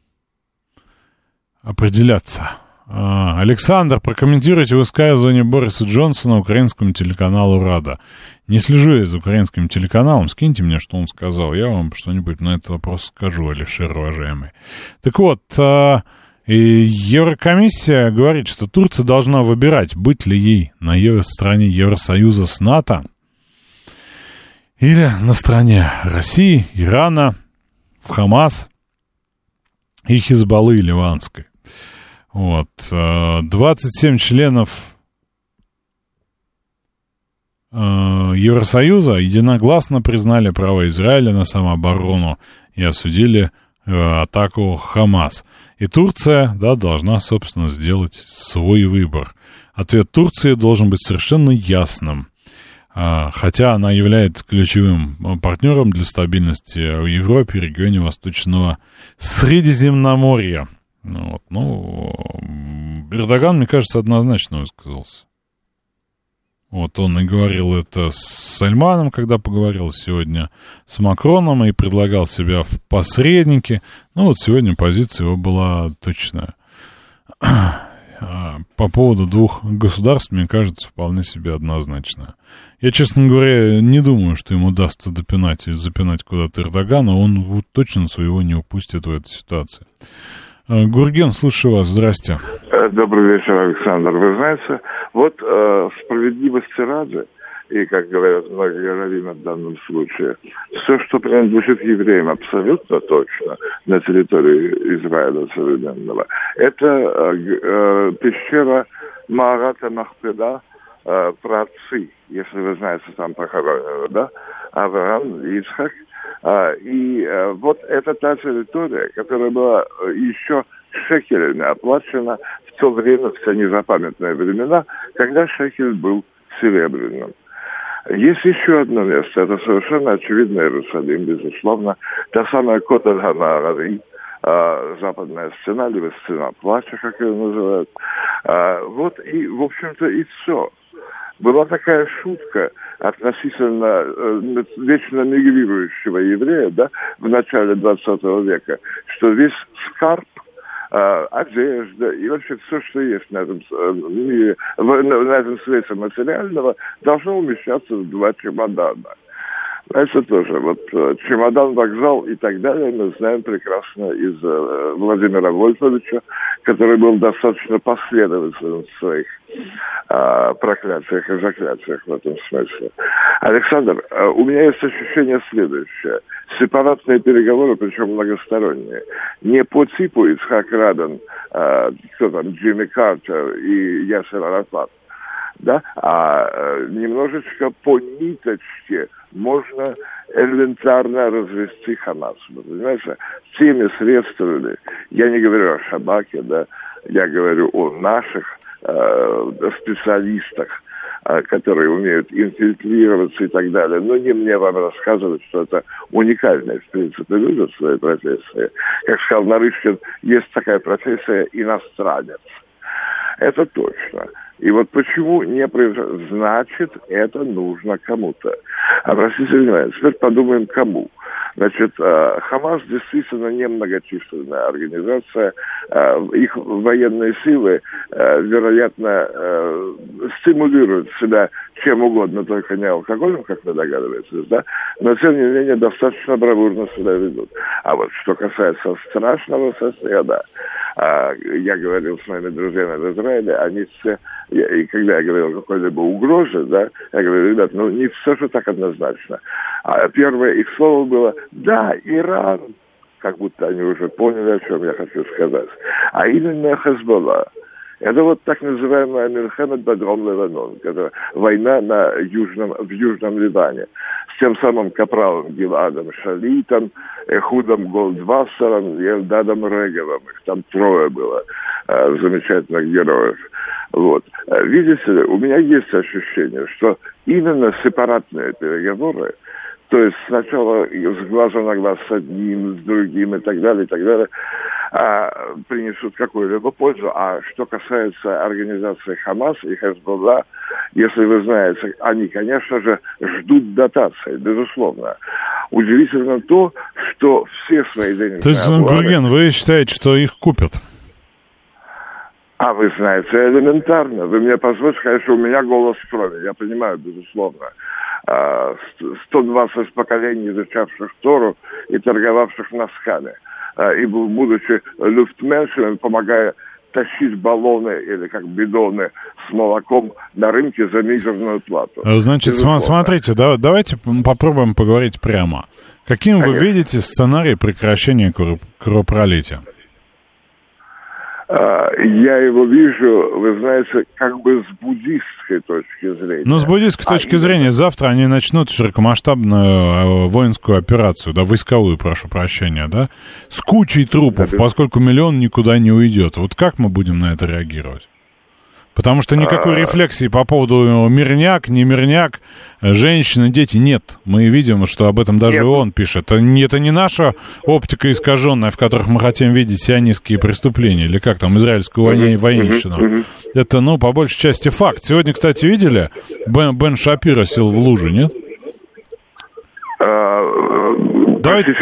Александр, прокомментируйте высказывание Бориса Джонсона украинскому телеканалу «Рада». Не слежу я за украинским телеканалом, скиньте мне, что он сказал. Я вам что-нибудь на этот вопрос скажу, Алишер, уважаемый. Так вот, и Еврокомиссия говорит, что Турция должна выбирать, быть ли ей на стороне Евросоюза с НАТО или на стороне России, Ирана, Хамас и Хизбаллы ливанской. Вот, 27 членов Евросоюза единогласно признали право Израиля на самооборону и осудили атаку Хамас. И Турция, да, должна, собственно, сделать свой выбор. Ответ Турции должен быть совершенно ясным. Хотя она является ключевым партнером для стабильности в Европе и регионе Восточного Средиземноморья. Эрдоган, мне кажется, однозначно высказался. Вот он и говорил это с Сальманом, когда поговорил сегодня с Макроном и предлагал себя в посреднике. Ну вот сегодня позиция его была точная. По поводу двух государств, мне кажется, вполне себе однозначная. Я, честно говоря, не думаю, что ему удастся запинать куда-то Эрдогана. Он точно своего не упустит в этой ситуации. Гурген, слушаю вас, здрасте. Добрый вечер, Александр. Вы знаете, вот справедливости ради, и, как говорят многие раввины в данном случае, все, что принадлежит евреям абсолютно точно на территории Израиля современного, это пещера Маарата Махпеда, праотцы, если вы знаете, там похоронено, да, Авраам, Ицхак. И вот это та территория, которая была еще шекелями оплачена в то время, в те незапамятные времена, когда шекель был серебряным. Есть еще одно место, это совершенно очевидно Иерусалим, безусловно, та самая Котель ха-Маарави, западная стена, либо стена плача, как ее называют. Вот и, в общем-то, и все. Была такая шутка относительно вечно мигрирующего еврея, да, в начале 20 века, что весь скарб, одежда и вообще все, что есть на этом мире, на этом свете материального, должно умещаться в 2 чемодана. Это тоже, вот чемодан, вокзал и так далее мы знаем прекрасно из Владимира Вольфовича, который был достаточно последователен в своих проклятиях и заклятиях в этом смысле. Александр, у меня есть ощущение следующее. Сепаратные переговоры, причем многосторонние. Не по типу Ицхак Рабин, кто там, Джимми Картер и Ясер Арафат, да, а немножечко по ниточке можно элементарно развести Хамас. Вы понимаете, теми средствами, я не говорю о Шабаке, да, я говорю о наших специалистах, которые умеют инфильтрироваться и так далее. Но не мне вам рассказывать, что это уникальные, в принципе, люди в своей профессии. Как сказал Нарышкин, есть такая профессия иностранец. Это точно. И вот почему не произошло? Значит, это нужно кому-то. Обратите внимание, теперь подумаем, кому. Значит, Хамас действительно немногочисленная организация. Их военные силы, вероятно, стимулируют себя чем угодно, только не алкоголем, как вы догадываетесь, да? Но, тем не менее, достаточно бравурно себя ведут. А вот что касается страшного соседа, я говорил с моими друзьями в Израиле, они все, и когда я говорил о какой-либо угрозе, да, я говорю, ребят, не все же так однозначно. А первое их слово было «да, Иран», как будто они уже поняли, о чем я хочу сказать. А именно Хезболла. Это вот так называемая Милхемет Бадром Ливанон, война в Южном Ливане, с тем самым капралом Гиладом Шалитом, Эхудом Голдвассером и Эльдадом Реговым. Их там 3 было замечательных героев. Вот. Видите ли, у меня есть ощущение, что именно сепаратные переговоры, то есть сначала с глаза на глаз с одним, с другим и так далее, принесут какую-либо пользу. А что касается организации Хамас и Хезболла, если вы знаете, они, конечно же, ждут дотации, безусловно. Удивительно то, что все свои денежные То есть, Гурген, вы считаете, что их купят? А вы знаете, элементарно. Вы мне позвольте сказать, что у меня голос крови. Я понимаю, безусловно. 120 поколений, изучавших Тору и торговавших носками. И будучи люфтменшем, помогая тащить баллоны или как бидоны с молоком на рынке за мизерную плату. Значит, смотрите, давайте попробуем поговорить прямо. Каким вы видите сценарий прекращения кровопролития? Я его вижу, вы знаете, как бы с буддистской точки зрения. Но с буддистской точки зрения завтра они начнут широкомасштабную воинскую операцию, да, войсковую, прошу прощения, да, с кучей трупов, поскольку миллион никуда не уйдет. Вот как мы будем на это реагировать? Потому что никакой рефлексии по поводу мирняк, не мирняк, женщины, дети нет. Мы видим, что об этом даже ООН пишет. Это не наша оптика искаженная, в которых мы хотим видеть сионистские преступления, или как там, израильскую военщину. Это, по большей части факт. Сегодня, кстати, видели, Бен Шапиро сел в лужу, нет? Давайте,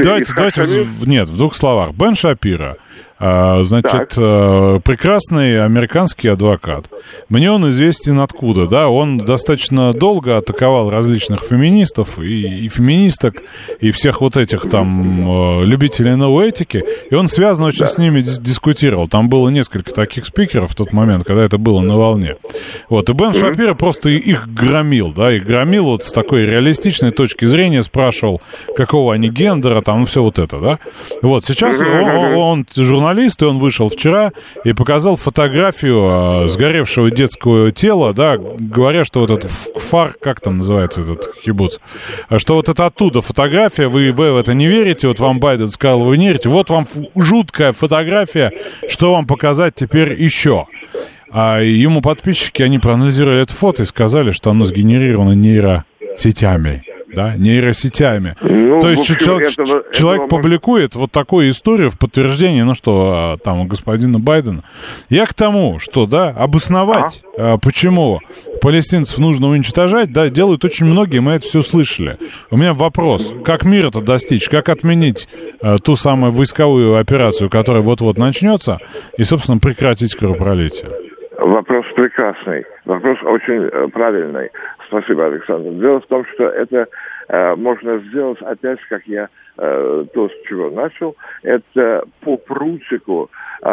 в 2 словах. Бен Шапиро, значит, прекрасный американский адвокат. Мне он известен откуда, да, он достаточно долго атаковал различных феминистов и феминисток, и всех вот этих там любителей новой этики, и он связано очень с ними дискутировал. Там было несколько таких спикеров в тот момент, когда это было на волне. Вот, и Бен Шапиро просто их громил, да, их громил вот с такой реалистичной точки зрения, спрашивал, какого они гендера, там, все вот это, да. Вот, сейчас он журналист, и он вышел вчера и показал фотографию сгоревшего детского тела, да, говоря, что вот этот фар, как там называется этот кибуц, что вот это оттуда фотография, вы в это не верите, вот вам Байден сказал, вы не верите, вот вам жуткая фотография, что вам показать теперь еще. А ему подписчики, они проанализировали это фото и сказали, что оно сгенерировано нейросетями. Да, нейросетями. То есть человек публикует вот такую историю в подтверждение, там, у господина Байдена. Я к тому, что, да, обосновать, почему палестинцев нужно уничтожать, да, делают очень многие, мы это все слышали. У меня вопрос, как мир это достичь, как отменить ту самую войсковую операцию, которая вот-вот начнется, и, собственно, прекратить кровопролитие? Вопрос прекрасный, вопрос очень правильный. Спасибо, Александр. Дело в том, что это можно сделать опять, как я то, с чего начал, это по прутику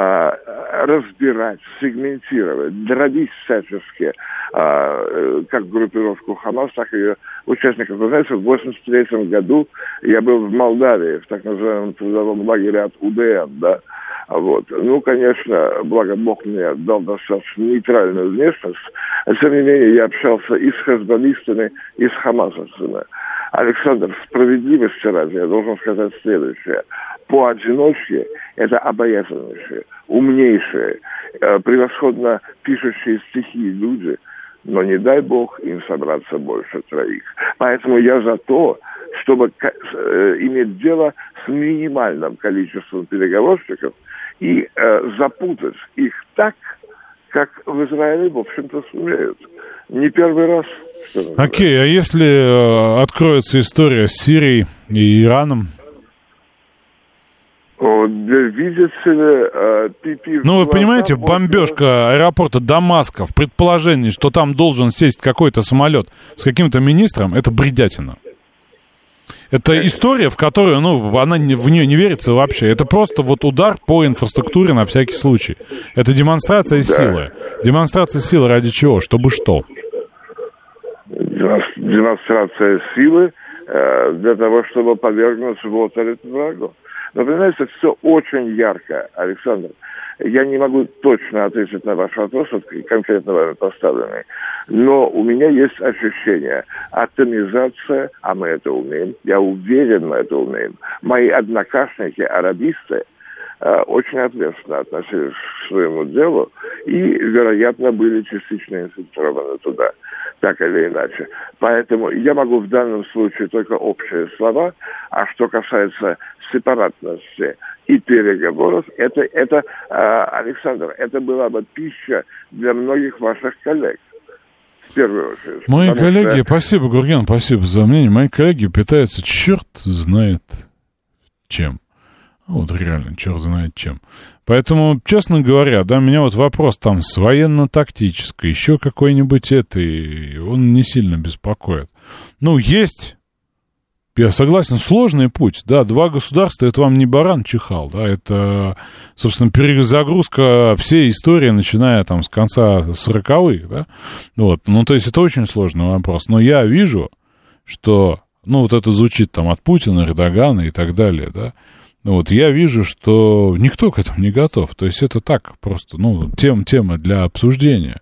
разбирать, сегментировать, дробить всячески, как группировку Хамас, так и ее участников. Вы знаете, в 1983 году я был в Молдавии, в так называемом трудовом лагере от УДН, да. Вот. Конечно, благо Бог мне дал достаточно нейтральную внешность, а тем не менее я общался и с хезболлистами, и с хамасовцами. Александр, справедливости ради, я должен сказать следующее. Поодиночке это обаятельнейшие, умнейшие, превосходно пишущие стихи люди, но не дай бог им собраться больше 3. Поэтому я за то, чтобы иметь дело с минимальным количеством переговорщиков и запутать их так, как в Израиле, в общем-то, сумеют. Не первый раз. Окей, а если откроется история с Сирией и Ираном? Видите ли, Ну, вы понимаете, бомбежка аэропорта Дамаска в предположении, что там должен сесть какой-то самолет с каким-то министром, это бредятина. Это история, в которую, в нее не верится вообще. Это просто вот удар по инфраструктуре на всякий случай. Это демонстрация силы. Демонстрация силы ради чего? Чтобы что? Демонстрация силы для того, чтобы повергнуть в этот врагу. Но, понимаете, все очень ярко, Александр. Я не могу точно ответить на ваш вопрос, конкретно вами поставленный, но у меня есть ощущение, атомизация, а мы это умеем, я уверен, мы это умеем. Мои однокашники, арабисты, очень ответственно относились к своему делу и, вероятно, были частично инфильтрованы туда, так или иначе. Поэтому я могу в данном случае только общие слова, а что касается сепаратности и переговоров, это Александр, это была бы пища для многих ваших коллег. В первую очередь. Мои коллеги, спасибо, Гурген, спасибо за мнение. Мои коллеги питаются черт знает чем. Вот реально, черт знает чем. Поэтому, честно говоря, да, меня вот вопрос там с военно-тактической, еще какой-нибудь этой, он не сильно беспокоит. Есть, я согласен, сложный путь, да, 2 государства, это вам не баран чихал, да, это, собственно, перезагрузка всей истории, начиная там с конца 40-х, да, вот, то есть это очень сложный вопрос, но я вижу, что, вот это звучит там от Путина, Эрдогана и так далее, да, я вижу, что никто к этому не готов. То есть это так просто, тема для обсуждения.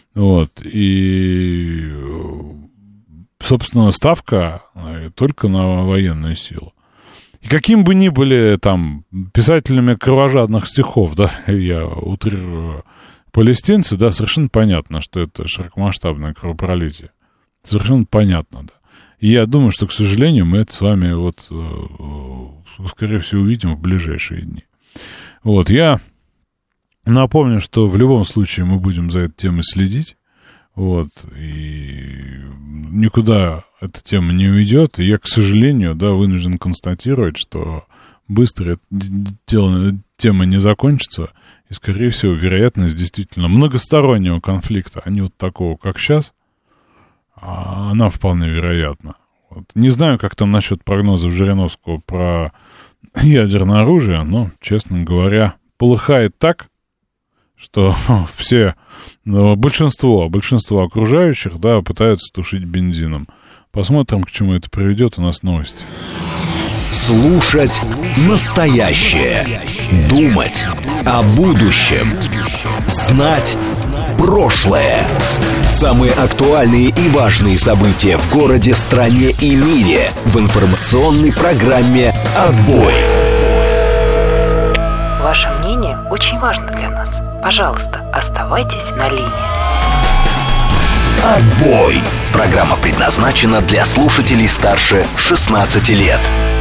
И, собственно, ставка только на военную силу. И каким бы ни были там писателями кровожадных стихов, да, я утрирую, палестинцы, да, совершенно понятно, что это широкомасштабное кровопролитие. Совершенно понятно, да. И я думаю, что, к сожалению, мы это с вами скорее всего, увидим в ближайшие дни. Я напомню, что в любом случае мы будем за этой темой следить. И никуда эта тема не уйдет. И я, к сожалению, да, вынужден констатировать, что быстро эта тема не закончится. И, скорее всего, вероятность действительно многостороннего конфликта, а не вот такого, как сейчас, она вполне вероятна. Не знаю, как там насчет прогнозов Жириновского про ядерное оружие, но, честно говоря, полыхает так, что большинство окружающих, да, пытаются тушить бензином. Посмотрим, к чему это приведет. У нас новости. Слушать настоящее. Думать о будущем. Знать прошлое. Самые актуальные и важные события в городе, стране и мире в информационной программе «Отбой». Ваше мнение очень важно для нас. Пожалуйста, оставайтесь на линии. «Отбой». Программа предназначена для слушателей старше 16 лет.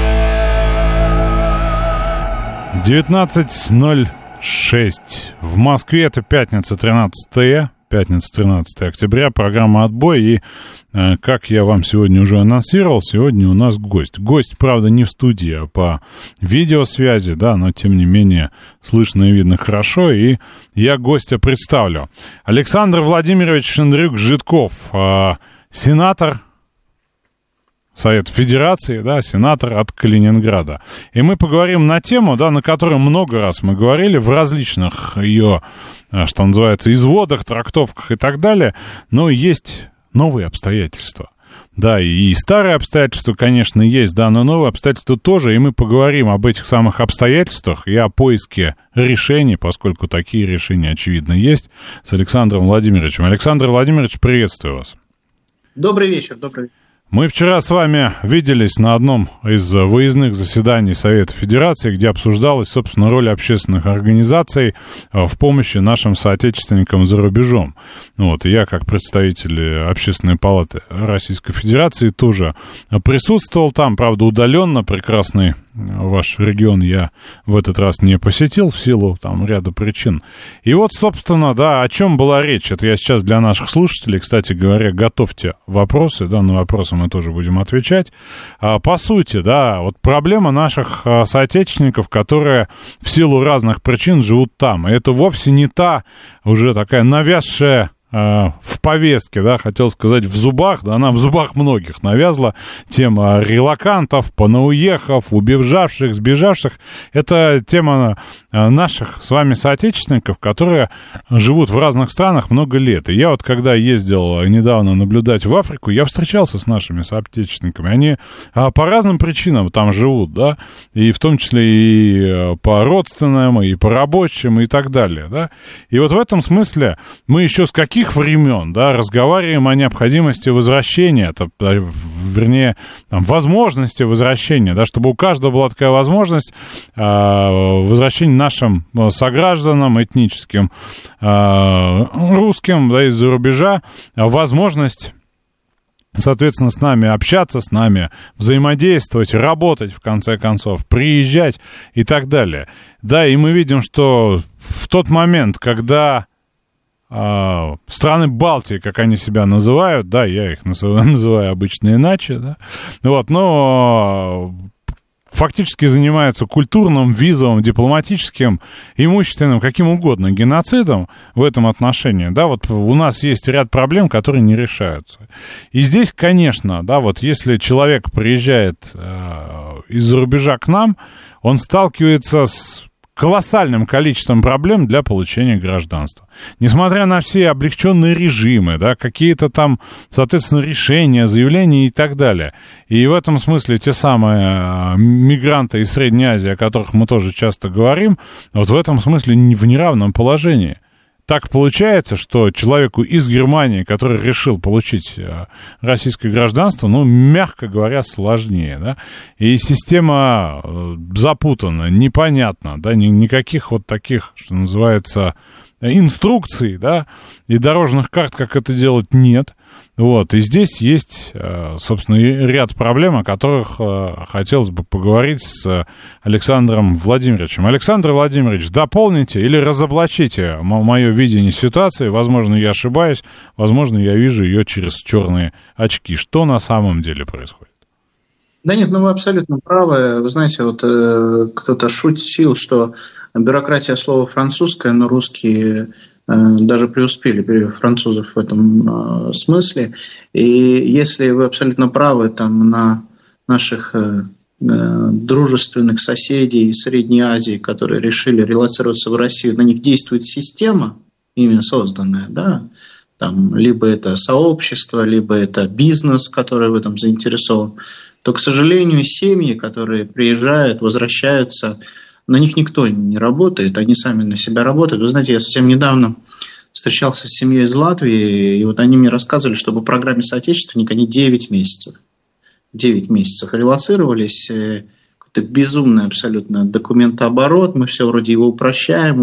19:06. В Москве это пятница, 13 октября, программа «Отбой». И, как я вам сегодня уже анонсировал, сегодня у нас гость. Гость, правда, не в студии, а по видеосвязи, да, но, тем не менее, слышно и видно хорошо. И я гостя представлю. Александр Владимирович Шендрюк-Жидков, сенатор Совета Федерации, да, сенатор от Калининграда. И мы поговорим на тему, да, на которую много раз мы говорили в различных ее, что называется, изводах, трактовках и так далее, но есть новые обстоятельства. Да, и старые обстоятельства, конечно, есть, да, но новые обстоятельства тоже, и мы поговорим об этих самых обстоятельствах и о поиске решений, поскольку такие решения, очевидно, есть, с Александром Владимировичем. Александр Владимирович, приветствую вас. Добрый вечер, добрый вечер. Мы вчера с вами виделись на одном из выездных заседаний Совета Федерации, где обсуждалась, собственно, роль общественных организаций в помощи нашим соотечественникам за рубежом. Вот, и я, как представитель Общественной палаты Российской Федерации, тоже присутствовал там, правда, удаленно. Прекрасный ваш регион я в этот раз не посетил в силу там ряда причин. И вот, собственно, да, о чем была речь. Это я сейчас для наших слушателей, кстати говоря, готовьте вопросы, да, на вопросы мы тоже будем отвечать. По сути, да, вот проблема наших соотечественников, которые в силу разных причин живут там. И это вовсе не та уже такая навязшая в повестке, да, хотел сказать, в зубах, да, она в зубах многих навязла, тема релокантов, понауехав, убежавших, сбежавших. Это тема наших с вами соотечественников, которые живут в разных странах много лет. И я вот, когда ездил недавно наблюдать в Африку, я встречался с нашими соотечественниками. Они по разным причинам там живут, да, и в том числе и по родственным, и по рабочим, и так далее, да. И вот в этом смысле мы еще с каких времен, да, разговариваем о необходимости возвращения, вернее, там, возможности возвращения, да, чтобы у каждого была такая возможность возвращения нашим согражданам этническим, русским, да, из-за рубежа, возможность, соответственно, с нами общаться, с нами взаимодействовать, работать, в конце концов, приезжать и так далее. Да, и мы видим, что в тот момент, когда страны Балтии, как они себя называют, да, я их называю обычно иначе, да, вот, но фактически занимаются культурным, визовым, дипломатическим, имущественным, каким угодно геноцидом в этом отношении, да, вот у нас есть ряд проблем, которые не решаются. И здесь, конечно, да, вот если человек приезжает из-за рубежа к нам, он сталкивается с колоссальным количеством проблем для получения гражданства. Несмотря на все облегченные режимы, да, какие-то там, соответственно, решения, заявления и так далее. И в этом смысле те самые мигранты из Средней Азии, о которых мы тоже часто говорим, вот в этом смысле в неравном положении. Так получается, что человеку из Германии, который решил получить российское гражданство, ну, мягко говоря, сложнее, да, и система запутана, непонятна, да, никаких вот таких, что называется, инструкций, да, и дорожных карт, как это делать, нет. Вот, и здесь есть, собственно, ряд проблем, о которых хотелось бы поговорить с Александром Владимировичем. Александр Владимирович, дополните или разоблачите мое видение ситуации. Возможно, я ошибаюсь, возможно, я вижу ее через черные очки. Что на самом деле происходит? Да нет, ну вы абсолютно правы. Вы знаете, вот кто-то шутил, что бюрократия слово французское, но русские даже преуспели французов в этом смысле. И если вы абсолютно правы, там на наших дружественных соседей из Средней Азии, которые решили релоцироваться в Россию, на них действует система, ими созданная, да, там, либо это сообщество, либо это бизнес, который в этом заинтересован, то, к сожалению, семьи, которые приезжают, возвращаются, на них никто не работает, они сами на себя работают. Вы знаете, я совсем недавно встречался с семьей из Латвии, и вот они мне рассказывали, что по программе соотечественника они 9 месяцев релоцировались, какой-то безумный абсолютно документооборот, мы все вроде его упрощаем,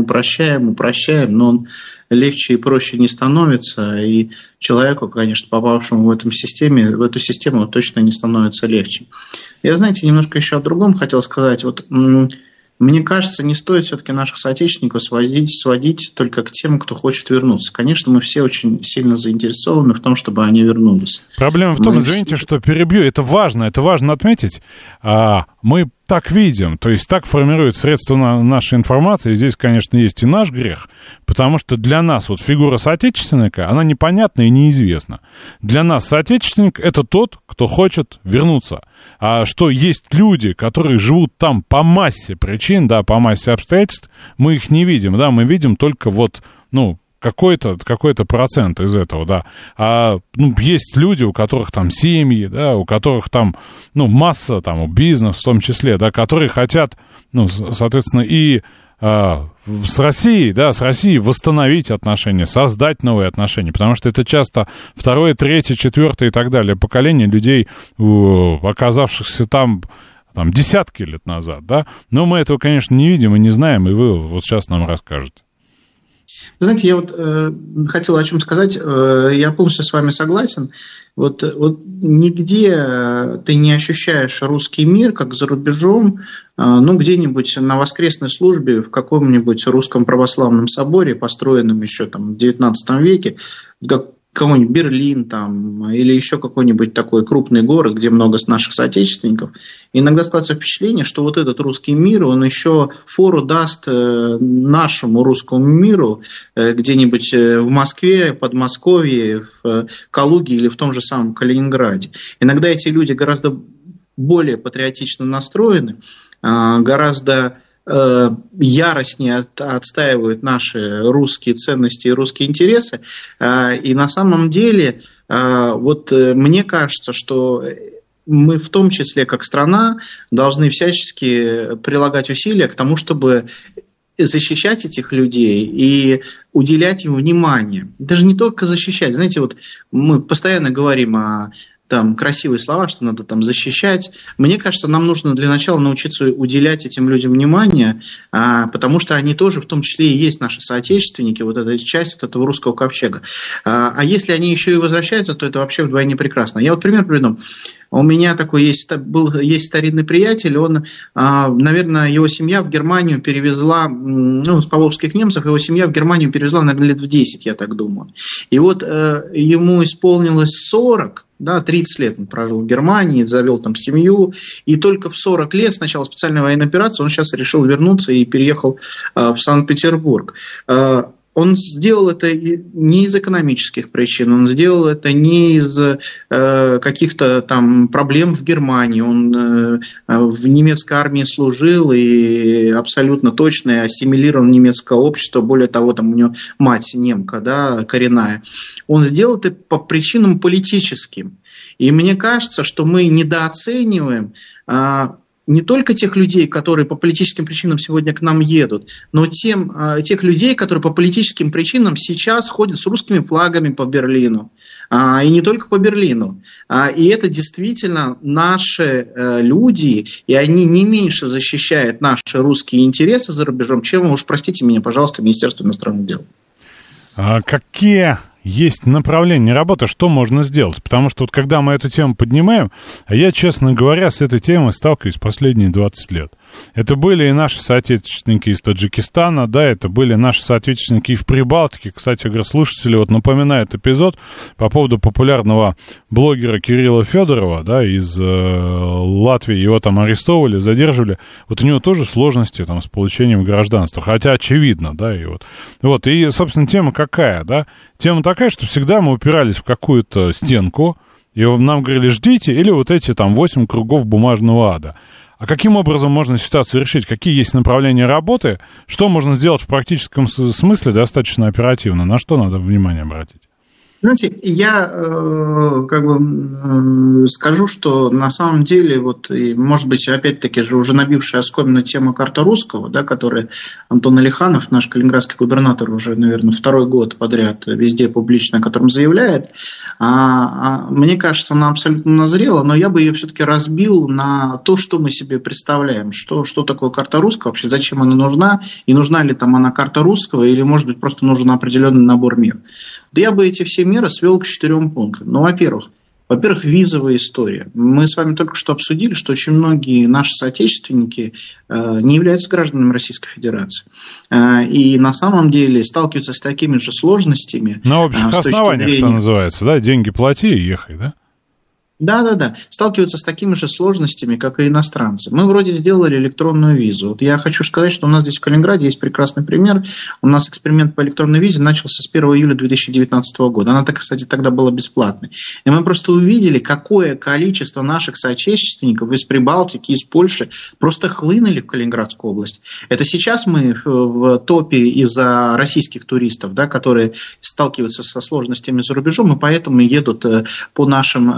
но он легче и проще не становится, и человеку, конечно, попавшему в эту систему точно не становится легче. Я, знаете, немножко еще о другом хотел сказать. Вот мне кажется, не стоит все-таки наших соотечественников сводить только к тем, кто хочет вернуться. Конечно, мы все очень сильно заинтересованы в том, чтобы они вернулись. Проблема в том, извините, что перебью, это важно отметить. Мы так видим, то есть так формируют средства нашей информации. Здесь, конечно, есть и наш грех, потому что для нас вот фигура соотечественника, она непонятна и неизвестна. Для нас соотечественник — это тот, кто хочет вернуться. А что есть люди, которые живут там по массе причин, да, по массе обстоятельств, мы их не видим, да, мы видим только вот, какой-то процент из этого, да. Есть люди, у которых там семьи, да, у которых там, масса, там, бизнес в том числе, да, которые хотят, соответственно, и с Россией, да, с Россией восстановить отношения, создать новые отношения, потому что это часто второе, третье, четвертое и так далее поколение людей, оказавшихся там десятки лет назад, да, но мы этого, конечно, не видим и не знаем, и вы вот сейчас нам расскажете. Вы знаете, я вот хотел о чем сказать. Я полностью с вами согласен. Вот нигде ты не ощущаешь русский мир, как за рубежом, где-нибудь на воскресной службе в каком-нибудь русском православном соборе, построенном еще в XIX веке, какой-нибудь Берлин или еще какой-нибудь такой крупный город, где много наших соотечественников. И иногда складывается впечатление, что вот этот русский мир, он еще фору даст нашему русскому миру где-нибудь в Москве, Подмосковье, в Калуге или в том же самом Калининграде. Иногда эти люди гораздо более патриотично настроены, гораздо яростнее отстаивают наши русские ценности и русские интересы. И на самом деле, мне кажется, что мы в том числе, как страна, должны всячески прилагать усилия к тому, чтобы защищать этих людей и уделять им внимание. Даже не только защищать. Знаете, мы постоянно говорим о красивые слова, что надо защищать. Мне кажется, нам нужно для начала научиться уделять этим людям внимание, потому что они тоже в том числе и есть наши соотечественники, эта часть этого русского ковчега. А если они еще и возвращаются, то это вообще вдвойне прекрасно. Я пример приведу. У меня такой есть старинный приятель, он, наверное, его семья в Германию перевезла, с поволжских немцев, его семья в Германию перевезла, наверное, лет в 10, я так думаю. И ему исполнилось 40, 30 лет он прожил в Германии, завел там семью, и только в 40 лет, с начала специальной военной операции, он сейчас решил вернуться и переехал в Санкт-Петербург. Он сделал это не из экономических причин, он сделал это не из каких-то проблем в Германии. Он в немецкой армии служил и абсолютно точно ассимилирован в немецкое общество. Более того, у него мать немка, коренная. Он сделал это по причинам политическим. И мне кажется, что мы недооцениваем не только тех людей, которые по политическим причинам сегодня к нам едут, но тех людей, которые по политическим причинам сейчас ходят с русскими флагами по Берлину. И не только по Берлину. И это действительно наши люди, и они не меньше защищают наши русские интересы за рубежом, чем, уж простите меня, пожалуйста, Министерство иностранных дел. Какие есть направления работы, что можно сделать? Потому что когда мы эту тему поднимаем, я, честно говоря, с этой темой сталкиваюсь последние 20 лет. Это были и наши соотечественники из Таджикистана, это были наши соотечественники и в Прибалтике. Кстати говоря, слушатели напоминают эпизод по поводу популярного блогера Кирилла Федорова, из Латвии. Его арестовывали, задерживали. У него тоже сложности с получением гражданства, хотя очевидно, и, собственно, тема какая, Тема такая, что всегда мы упирались в какую-то стенку, и нам говорили, ждите, или эти 8 кругов бумажного ада. А каким образом можно ситуацию решить? Какие есть направления работы? Что можно сделать в практическом смысле достаточно оперативно? На что надо внимание обратить? Знаете, я скажу, что на самом деле, может быть, опять-таки же уже набившая оскомину тема «Карта русского», которую Антон Алиханов, наш калининградский губернатор, уже, наверное, второй год подряд везде публично о котором заявляет, мне кажется, она абсолютно назрела, но я бы ее все-таки разбил на то, что мы себе представляем, что такое «Карта русского», вообще зачем она нужна, и нужна ли она «Карта русского», или, может быть, просто нужен определенный набор мер. Да я бы эти все меры свел к 4 пунктам. Во-первых, визовая история. Мы с вами только что обсудили, что очень многие наши соотечественники не являются гражданами Российской Федерации. И на самом деле сталкиваются с такими же сложностями. На общих основаниях, что называется, деньги плати и ехай, Да. Сталкиваются с такими же сложностями, как и иностранцы. Мы вроде сделали электронную визу. Я хочу сказать, что у нас здесь в Калининграде есть прекрасный пример. У нас эксперимент по электронной визе начался с 1 июля 2019 года. Она, кстати, тогда была бесплатной. И мы просто увидели, какое количество наших соотечественников из Прибалтики, из Польши просто хлынули в Калининградскую область. Это сейчас мы в топе из-за российских туристов, которые сталкиваются со сложностями за рубежом, и поэтому едут по нашим регионам.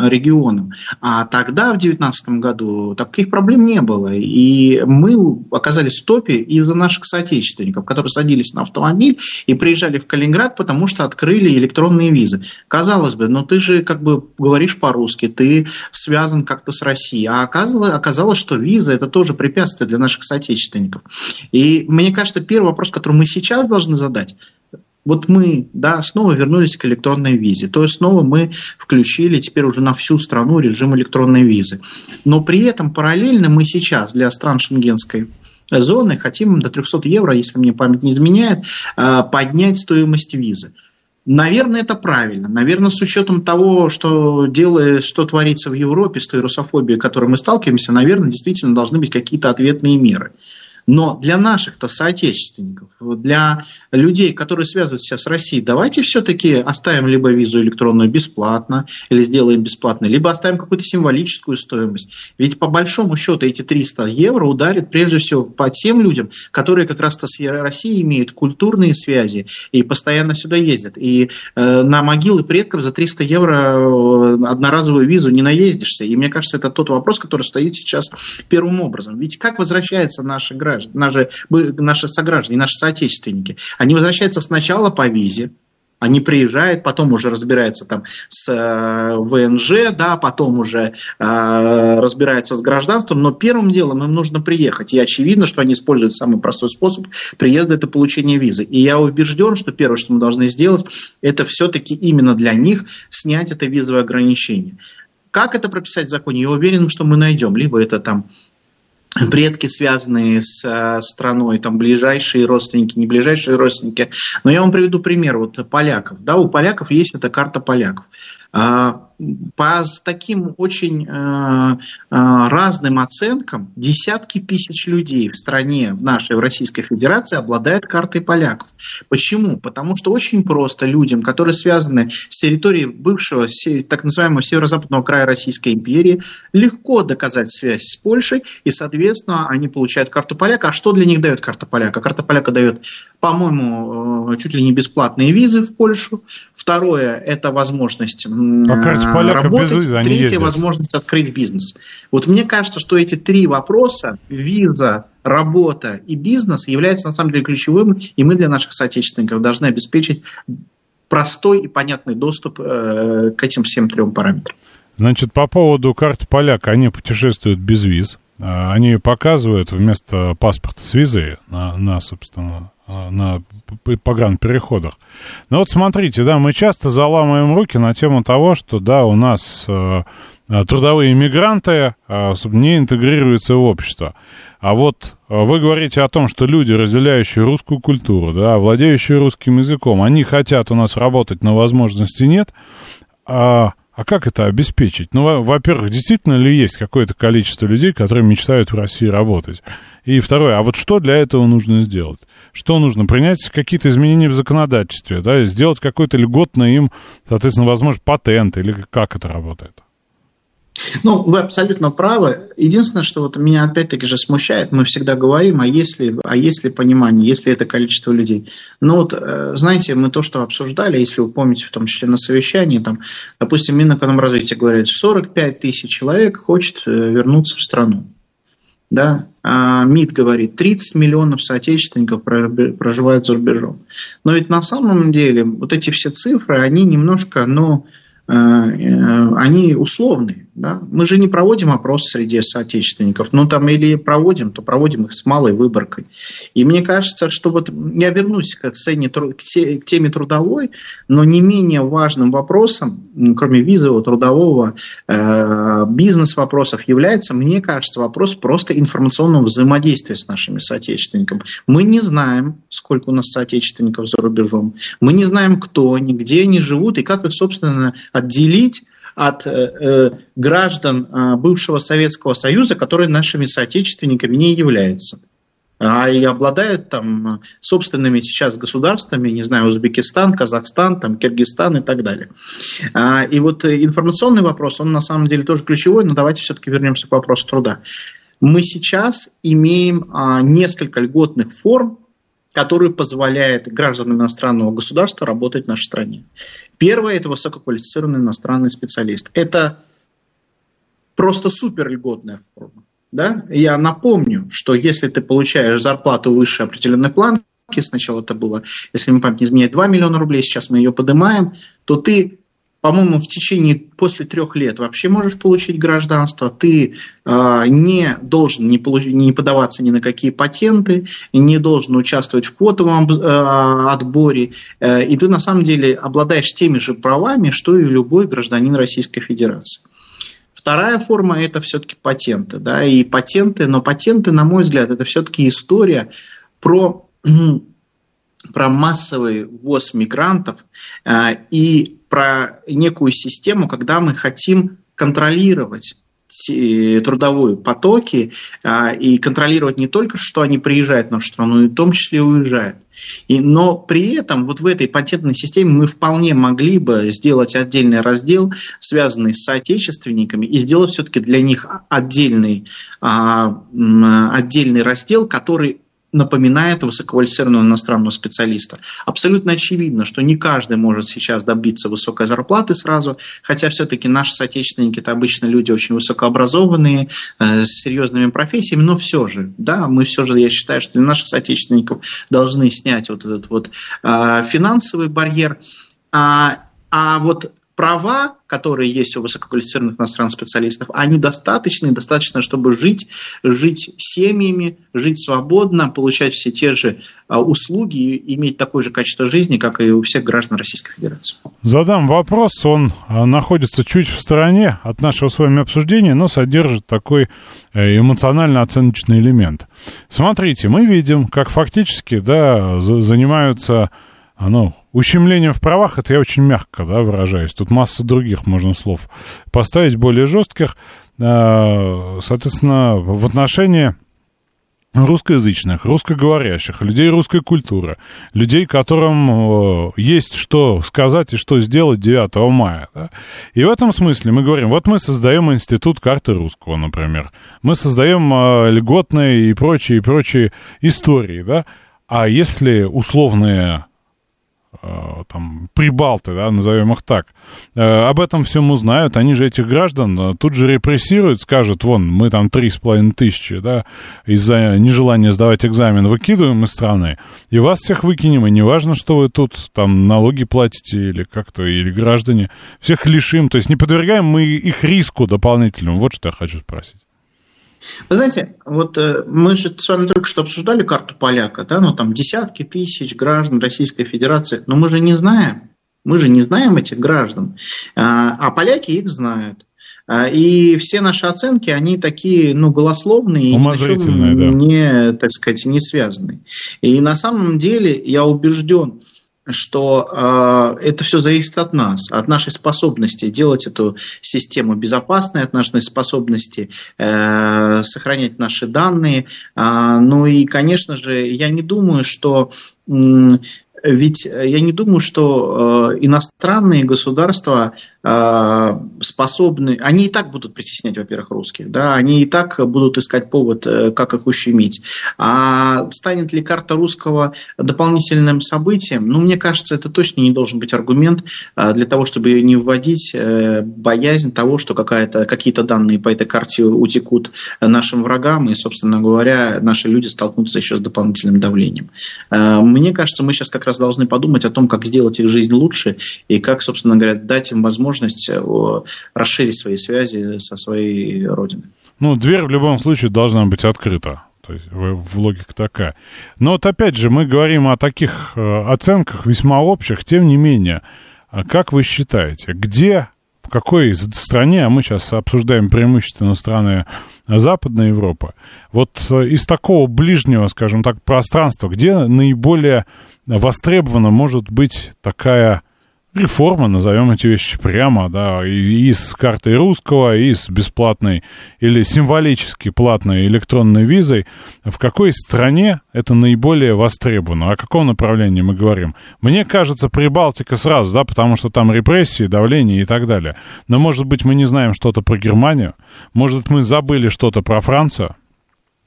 регионам. А тогда, в 2019 году, таких проблем не было. И мы оказались в топе из-за наших соотечественников, которые садились на автомобиль и приезжали в Калининград, потому что открыли электронные визы. Казалось бы, но ты же как бы говоришь по-русски, ты связан как-то с Россией. А оказалось, что виза – это тоже препятствие для наших соотечественников. И мне кажется, первый вопрос, который мы сейчас должны задать, вот мы, да, снова вернулись к электронной визе, то есть снова мы включили теперь уже на всю страну режим электронной визы. Но при этом параллельно мы сейчас для стран шенгенской зоны хотим до 300 евро, если мне память не изменяет, поднять стоимость визы. Наверное, это правильно. Наверное, с учетом того, что творится в Европе, с той русофобией, с которой мы сталкиваемся, наверное, действительно должны быть какие-то ответные меры. Но для наших-то соотечественников, для людей, которые связывают себя с Россией, давайте все-таки оставим либо визу электронную бесплатно, или сделаем бесплатно, либо оставим какую-то символическую стоимость. Ведь по большому счету эти 300 евро ударят прежде всего по тем людям, которые как раз-то с Россией имеют культурные связи и постоянно сюда ездят. И на могилы предков за 300 евро одноразовую визу не наездишься. И мне кажется, это тот вопрос, который стоит сейчас первым образом. Ведь как возвращаются наши граждане? Наши сограждане, наши соотечественники, они возвращаются сначала по визе, они приезжают, потом уже разбираются там с ВНЖ, да, потом уже разбираются с гражданством, но первым делом им нужно приехать. И очевидно, что они используют самый простой способ приезда – это получение визы. И я убежден, что первое, что мы должны сделать, это все-таки именно для них снять это визовое ограничение. Как это прописать в законе? Я уверен, что мы найдем. Либо это там предки, связанные с страной, там ближайшие родственники, не ближайшие родственники. Но я вам приведу пример вот поляков. Да, у поляков есть эта карта поляков. По таким очень разным оценкам десятки тысяч людей в стране, в нашей, в Российской Федерации обладают картой поляков. Почему? Потому что очень просто людям, которые связаны с территорией бывшего так называемого северо-западного края Российской империи, легко доказать связь с Польшей, и, соответственно, они получают карту поляка. А что для них дает карта поляка? Карта поляка дает, по-моему, чуть ли не бесплатные визы в Польшу. Второе – это возможность работать. Третья возможность открыть бизнес. Вот мне кажется, что эти три вопроса – виза, работа и бизнес – являются на самом деле ключевыми, и мы для наших соотечественников должны обеспечить простой и понятный доступ к этим всем трем параметрам. Значит, по поводу карты поляка, они путешествуют без виз. Они показывают вместо паспорта с визой собственно, на погранпереходах. Но вот смотрите, да, мы часто заламываем руки на тему того, что, да, у нас трудовые мигранты не интегрируются в общество. А вот вы говорите о том, что люди, разделяющие русскую культуру, да, владеющие русским языком, они хотят у нас работать, но возможности нет. А как это обеспечить? Ну, во-первых, действительно ли есть какое-то количество людей, которые мечтают в России работать? И второе, а вот что для этого нужно сделать? Что нужно? Принять какие-то изменения в законодательстве, да, сделать какой-то льготный им, соответственно, возможно, патент, или как это работает? Ну, вы абсолютно правы. Единственное, что вот меня опять-таки же смущает, мы всегда говорим, а если понимание, если это количество людей. Ну вот, знаете, мы то, что обсуждали, если вы помните, в том числе на совещании, там, допустим, Минэкономразвития говорит, 45 тысяч человек хочет вернуться в страну. Да? А МИД говорит, 30 миллионов соотечественников проживают за рубежом. Но ведь на самом деле вот эти все цифры, они немножко, они условные. Да? Мы же не проводим опрос среди соотечественников. Ну, там или проводим, то проводим их с малой выборкой. И мне кажется, что вот я вернусь к теме трудовой, но не менее важным вопросом, кроме визового, трудового, бизнес-вопросов, является, мне кажется, вопрос просто информационного взаимодействия с нашими соотечественниками. Мы не знаем, сколько у нас соотечественников за рубежом. Мы не знаем, кто они, где они живут и как их, собственно, отделить от граждан бывшего Советского Союза, которые нашими соотечественниками не являются. И обладают там собственными сейчас государствами, не знаю, Узбекистан, Казахстан, там, Киргизстан и так далее. И вот информационный вопрос, он на самом деле тоже ключевой, но давайте все-таки вернемся к вопросу труда. Мы сейчас имеем несколько льготных форм, которые позволяют гражданам иностранного государства работать в нашей стране. Первое – это высококвалифицированный иностранный специалист. Это просто супер льготная форма. Да? Я напомню, что если ты получаешь зарплату выше определенной планки, сначала это было, если мне память не изменяет, 2 миллиона рублей, сейчас мы ее поднимаем, то ты, по-моему, после 3 лет вообще можешь получить гражданство, ты не должен не подаваться ни на какие патенты, не должен участвовать в квотовом отборе, и ты на самом деле обладаешь теми же правами, что и любой гражданин Российской Федерации. Вторая форма – это все-таки патенты. Да, и патенты, но патенты, на мой взгляд, это все-таки история про массовый ввоз мигрантов и про некую систему, когда мы хотим контролировать трудовые потоки и контролировать не только, что они приезжают в нашу страну, но и в том числе уезжают. Но при этом вот в этой патентной системе мы вполне могли бы сделать отдельный раздел, связанный с соотечественниками, и сделать все-таки для них отдельный раздел, который напоминает высококвалифицированного иностранного специалиста. Абсолютно очевидно, что не каждый может сейчас добиться высокой зарплаты сразу, хотя все-таки наши соотечественники – это обычно люди очень высокообразованные, с серьезными профессиями, но все же, да, я считаю, что для наших соотечественников должны снять вот этот вот финансовый барьер, а вот права, которые есть у высококвалифицированных иностранных специалистов, они достаточно, чтобы жить семьями, жить свободно, получать все те же услуги и иметь такое же качество жизни, как и у всех граждан Российской Федерации. Задам вопрос, он находится чуть в стороне от нашего с вами обсуждения, но содержит такой эмоционально-оценочный элемент. Смотрите, мы видим, как фактически занимаются ущемлением в правах, это я очень мягко выражаюсь. Тут масса других можно слов поставить, более жестких. Соответственно, в отношении русскоязычных, русскоговорящих, людей русской культуры, людей, которым есть что сказать и что сделать 9 мая. Да? И в этом смысле мы говорим, вот мы создаем институт карты русского, например. Мы создаем льготные и прочие истории. Да? А если условные прибалты, назовем их так, об этом всем узнают, они же этих граждан тут же репрессируют, скажут, мы 3500, из-за нежелания сдавать экзамен выкидываем из страны, и вас всех выкинем, и неважно, что вы тут налоги платите или как-то, или граждане, всех лишим, то есть не подвергаем мы их риску дополнительному, вот что я хочу спросить. Вы знаете, вот мы же с вами только что обсуждали карту поляка, десятки тысяч граждан Российской Федерации, но мы же не знаем этих граждан, а поляки их знают. И все наши оценки, они такие, голословные и ни на чем не связаны. И на самом деле я убежден, что это все зависит от нас, от нашей способности делать эту систему безопасной, от нашей способности сохранять наши данные. И, конечно же, я не думаю, что иностранные государства способны, они и так будут притеснять, во-первых, русских, они и так будут искать повод, как их ущемить. А станет ли карта русского дополнительным событием? Мне кажется, это точно не должен быть аргумент для того, чтобы ее не вводить, боязнь того, что какие-то данные по этой карте утекут нашим врагам, и, собственно говоря, наши люди столкнутся еще с дополнительным давлением. Мне кажется, мы сейчас как раз должны подумать о том, как сделать их жизнь лучше и как, собственно говоря, дать им возможность расширить свои связи со своей родиной. Дверь в любом случае должна быть открыта. То есть логика такая. Но вот опять же мы говорим о таких оценках весьма общих, тем не менее. Как вы считаете, в какой стране, а мы сейчас обсуждаем преимущественно страны Западной Европы, вот из такого ближнего, скажем так, пространства, где наиболее востребована может быть такая реформа, назовем эти вещи прямо, и с картой русского, и с бесплатной или символически платной электронной визой, в какой стране это наиболее востребовано? О каком направлении мы говорим? Мне кажется, Прибалтика сразу, потому что там репрессии, давление и так далее. Но, может быть, мы не знаем что-то про Германию? Может, мы забыли что-то про Францию?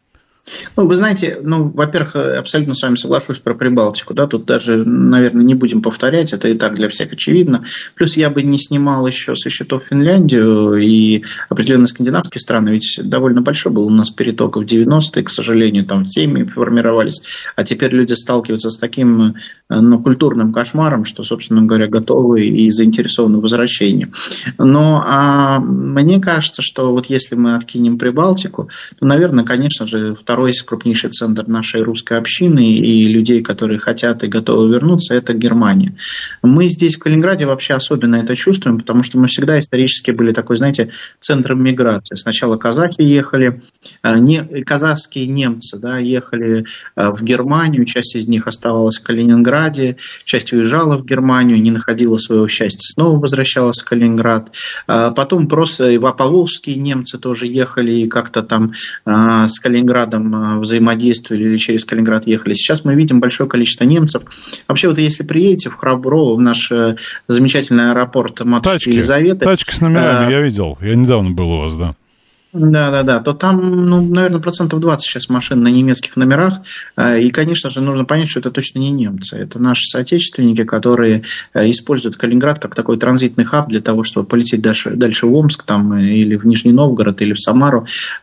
Ну, вы знаете, во-первых, абсолютно с вами соглашусь про Прибалтику, да, тут даже, наверное, не будем повторять, это и так для всех очевидно. Плюс я бы не снимал еще со счетов Финляндию и определенные скандинавские страны, ведь довольно большой был у нас переток в 90-е, к сожалению, там семьи формировались, а теперь люди сталкиваются с таким, культурным кошмаром, что, собственно говоря, готовы и заинтересованы в возвращении. Но мне кажется, что вот если мы откинем Прибалтику, то, наверное, конечно же, второй крупнейший центр нашей русской общины и людей, которые хотят и готовы вернуться, это Германия. Мы здесь, в Калининграде, вообще особенно это чувствуем, потому что мы всегда исторически были такой, знаете, центром миграции. Сначала казахи ехали, казахские немцы, да, ехали в Германию, часть из них оставалась в Калининграде, часть уезжала в Германию, не находила своего счастья, снова возвращалась в Калининград. Потом просто и поволжские немцы тоже ехали и как-то там с Калининградом взаимодействовали или через Калининград ехали. Сейчас мы видим большое количество немцев. Вообще, вот если приедете в Храброво, в наш замечательный аэропорт Матушки Елизаветы... Тачки с номерами я видел. Я недавно был у вас, да. Да, то там, наверное, 20% сейчас машин на немецких номерах, и, конечно же, нужно понять, что это точно не немцы, это наши соотечественники, которые используют Калининград как такой транзитный хаб для того, чтобы полететь дальше в Омск, там, или в Нижний Новгород, или в Самару,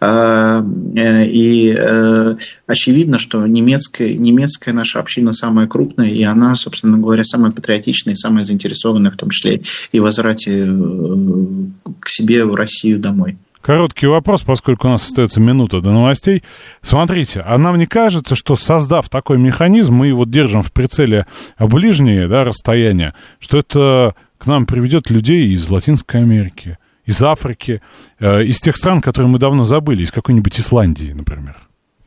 и очевидно, что немецкая наша община самая крупная, и она, собственно говоря, самая патриотичная и самая заинтересованная, в том числе и в возврате к себе в Россию домой. Короткий вопрос, поскольку у нас остается минута до новостей. Смотрите, а нам не кажется, что, создав такой механизм, мы его держим в прицеле ближние, да, расстояния, что это к нам приведет людей из Латинской Америки, из Африки, из тех стран, которые мы давно забыли, из какой-нибудь Исландии, например?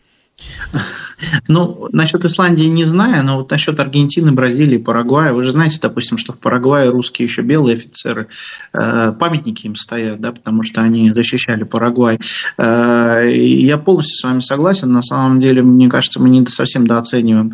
Насчет Исландии не знаю, но вот насчет Аргентины, Бразилии, Парагвая, вы же знаете, допустим, что в Парагвае русские еще белые офицеры, памятники им стоят, да, потому что они защищали Парагвай. Я полностью с вами согласен, на самом деле, мне кажется, мы не совсем дооцениваем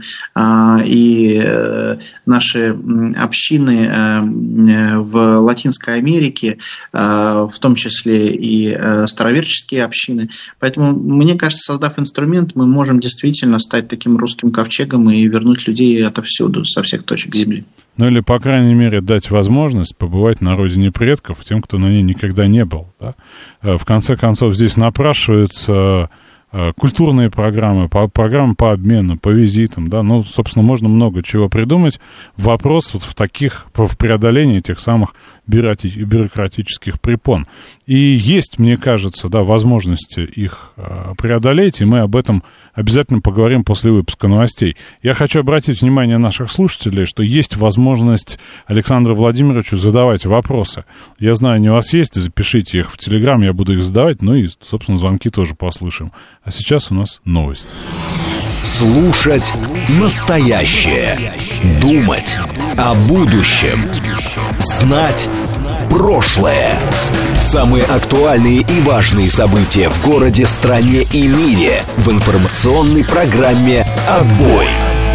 и наши общины в Латинской Америке, в том числе и староверческие общины, поэтому, мне кажется, создав инструмент, мы можем действительно стать таким русским ковчегом и вернуть людей отовсюду, со всех точек земли. Или, по крайней мере, дать возможность побывать на родине предков тем, кто на ней никогда не был. Да? В конце концов, здесь напрашиваются культурные программы, программы по обмену, по визитам, да, собственно, можно много чего придумать. Вопрос вот в преодолении тех самых бюрократических препон. И есть, мне кажется, да, возможности их преодолеть, и мы об этом обязательно поговорим после выпуска новостей. Я хочу обратить внимание наших слушателей, что есть возможность Александру Владимировичу задавать вопросы. Я знаю, они у вас есть, запишите их в Телеграм, я буду их задавать, и, собственно, звонки тоже послушаем. А сейчас у нас новости. Слушать настоящее. Думать о будущем. Знать прошлое. Самые актуальные и важные события в городе, стране и мире в информационной программе «Отбой».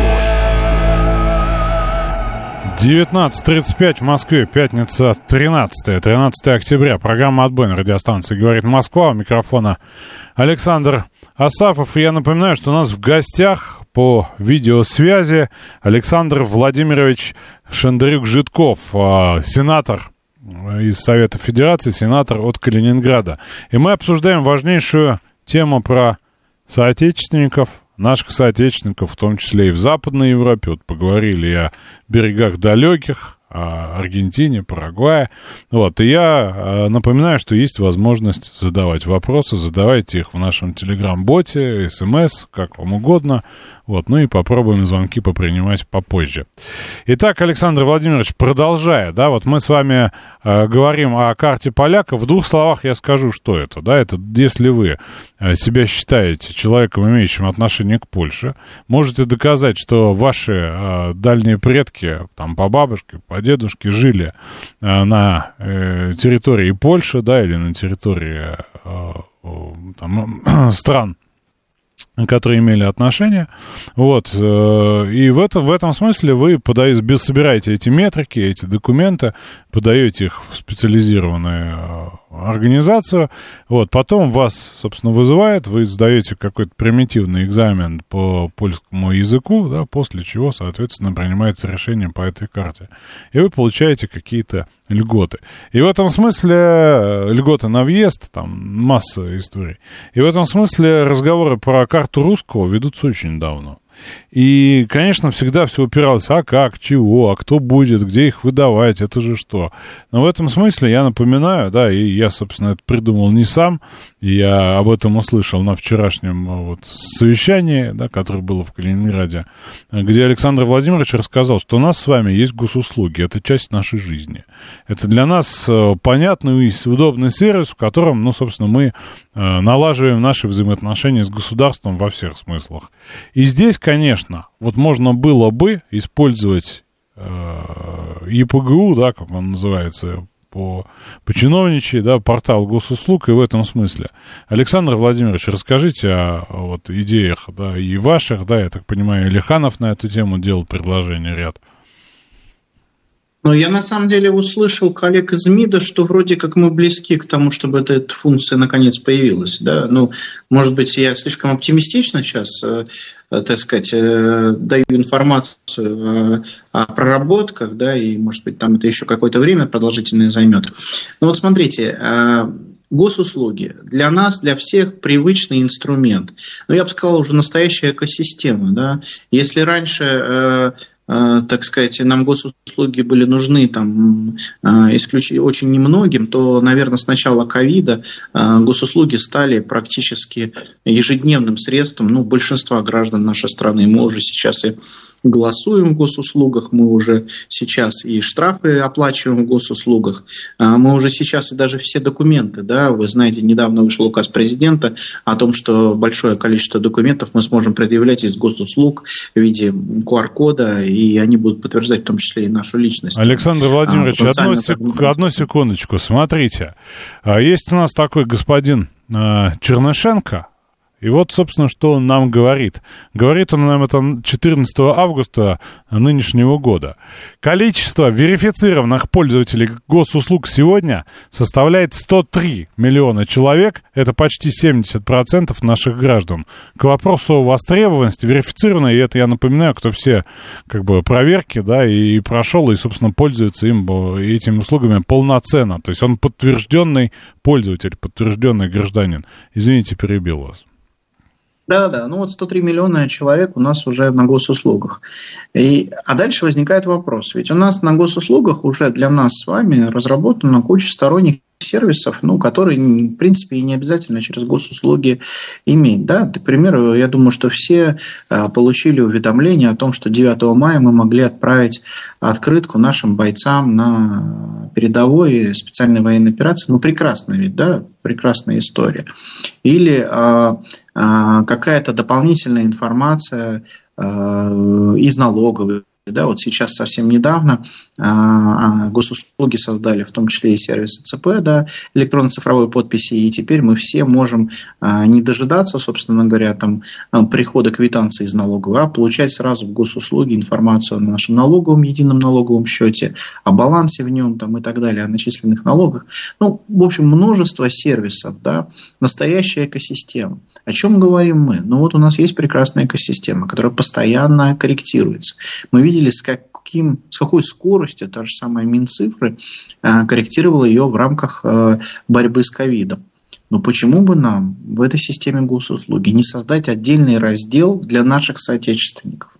19:35 в Москве, пятница 13 октября. Программа «Отбой» на радиостанции «Говорит Москва». У микрофона Александр Асафов. И я напоминаю, что у нас в гостях по видеосвязи Александр Владимирович Шандрюк-Житков, сенатор из Совета Федерации, сенатор от Калининграда. И мы обсуждаем важнейшую тему про соотечественников, наших соотечественников, в том числе и в Западной Европе. Вот поговорили о берегах далеких, о Аргентине, Парагвае. И я напоминаю, что есть возможность задавать вопросы. Задавайте их в нашем телеграм-боте, смс, как вам угодно. И попробуем звонки попринимать попозже. Итак, Александр Владимирович, продолжая, да, мы с вами говорим о карте поляка. В двух словах я скажу, что это. Да, это если вы себя считаете человеком, имеющим отношение к Польше, можете доказать, что ваши дальние предки, там, по бабушке, по дедушке, жили на территории Польши, да, или на территории стран которые имели отношение. Вот. И в этом смысле вы собираете эти метрики, эти документы, подаете их в специализированную организацию. Вот. Потом вас, собственно, вызывают, вы сдаете какой-то примитивный экзамен по польскому языку, да, после чего, соответственно, принимается решение по этой карте. И вы получаете какие-то льготы. И в этом смысле льготы на въезд, там масса историй. И в этом смысле разговоры про карту русского ведутся очень давно. И, конечно, всегда все упиралось, а как, чего, а кто будет, где их выдавать, это же что. Но в этом смысле я напоминаю, да, и я, собственно, это придумал не сам, я об этом услышал на вчерашнем вот совещании, да, которое было в Калининграде, где Александр Владимирович рассказал, что у нас с вами есть госуслуги, это часть нашей жизни. Это для нас понятный и удобный сервис, в котором, ну, собственно, мы налаживаем наши взаимоотношения с государством во всех смыслах. И здесь, конечно, вот можно было бы использовать ЕПГУ, да, как он называется, по-чиновничьи, да, портал госуслуг, и в этом смысле. Александр Владимирович, расскажите о вот идеях, да, и ваших, да, я так понимаю, Лиханов на эту тему делал предложение ряд. Но я на самом деле услышал коллег из МИДа, что вроде как мы близки к тому, чтобы эта функция наконец появилась. Да? Ну, может быть, я слишком оптимистично сейчас, так сказать, даю информацию о проработках, да, и, может быть, там это еще какое-то время продолжительное займет. Но вот смотрите, госуслуги для нас, для всех привычный инструмент. Ну, я бы сказал, уже настоящая экосистема. Да? Если раньше, так сказать, нам госуслуги были нужны там, очень немногим, то, наверное, с начала ковида госуслуги стали практически ежедневным средством, ну, большинства граждан нашей страны. Мы уже сейчас и голосуем в госуслугах, мы уже сейчас и штрафы оплачиваем в госуслугах, мы уже сейчас и даже все документы, да, вы знаете, недавно вышел указ президента о том, что большое количество документов мы сможем предъявлять из госуслуг в виде QR-кода, и они будут подтверждать в том числе и нашу личность. Александр Владимирович, одну секундочку, смотрите. Есть у нас такой господин Чернышенко, и вот, собственно, что он нам говорит. Говорит он нам это 14 августа нынешнего года. Количество верифицированных пользователей госуслуг сегодня составляет 103 миллиона человек. Это почти 70% наших граждан. К вопросу о востребованности верифицированные, и это я напоминаю, кто все как бы проверки, да, и прошел, и, собственно, пользуется этими услугами полноценно. То есть он подтвержденный пользователь, подтвержденный гражданин. Извините, перебил вас. Да, ну вот 103 миллиона человек у нас уже на госуслугах. А дальше возникает вопрос. Ведь у нас на госуслугах уже для нас с вами разработана куча сторонних сервисов, ну, которые, в принципе, и не обязательно через госуслуги иметь. Да? К примеру, я думаю, что все получили уведомление о том, что 9 мая мы могли отправить открытку нашим бойцам на передовой специальной военной операции. Ну, прекрасно ведь, да? Прекрасная история. Или какая-то дополнительная информация из налоговой. Да, вот сейчас совсем недавно госуслуги создали, в том числе и сервис ЦП, да, электронно-цифровой подписи, и теперь мы все можем не дожидаться, собственно говоря, там, прихода квитанции из налоговой, а получать сразу в госуслуги информацию о нашем налоговом, едином налоговом счете, о балансе в нем там, и так далее, о начисленных налогах. Ну, в общем, множество сервисов, да, настоящая экосистема. О чем говорим мы? Ну, вот у нас есть прекрасная экосистема, которая постоянно корректируется. Мы видели, с какой скоростью та же самая Минцифры корректировала ее в рамках борьбы с ковидом. Но почему бы нам в этой системе госуслуги не создать отдельный раздел для наших соотечественников?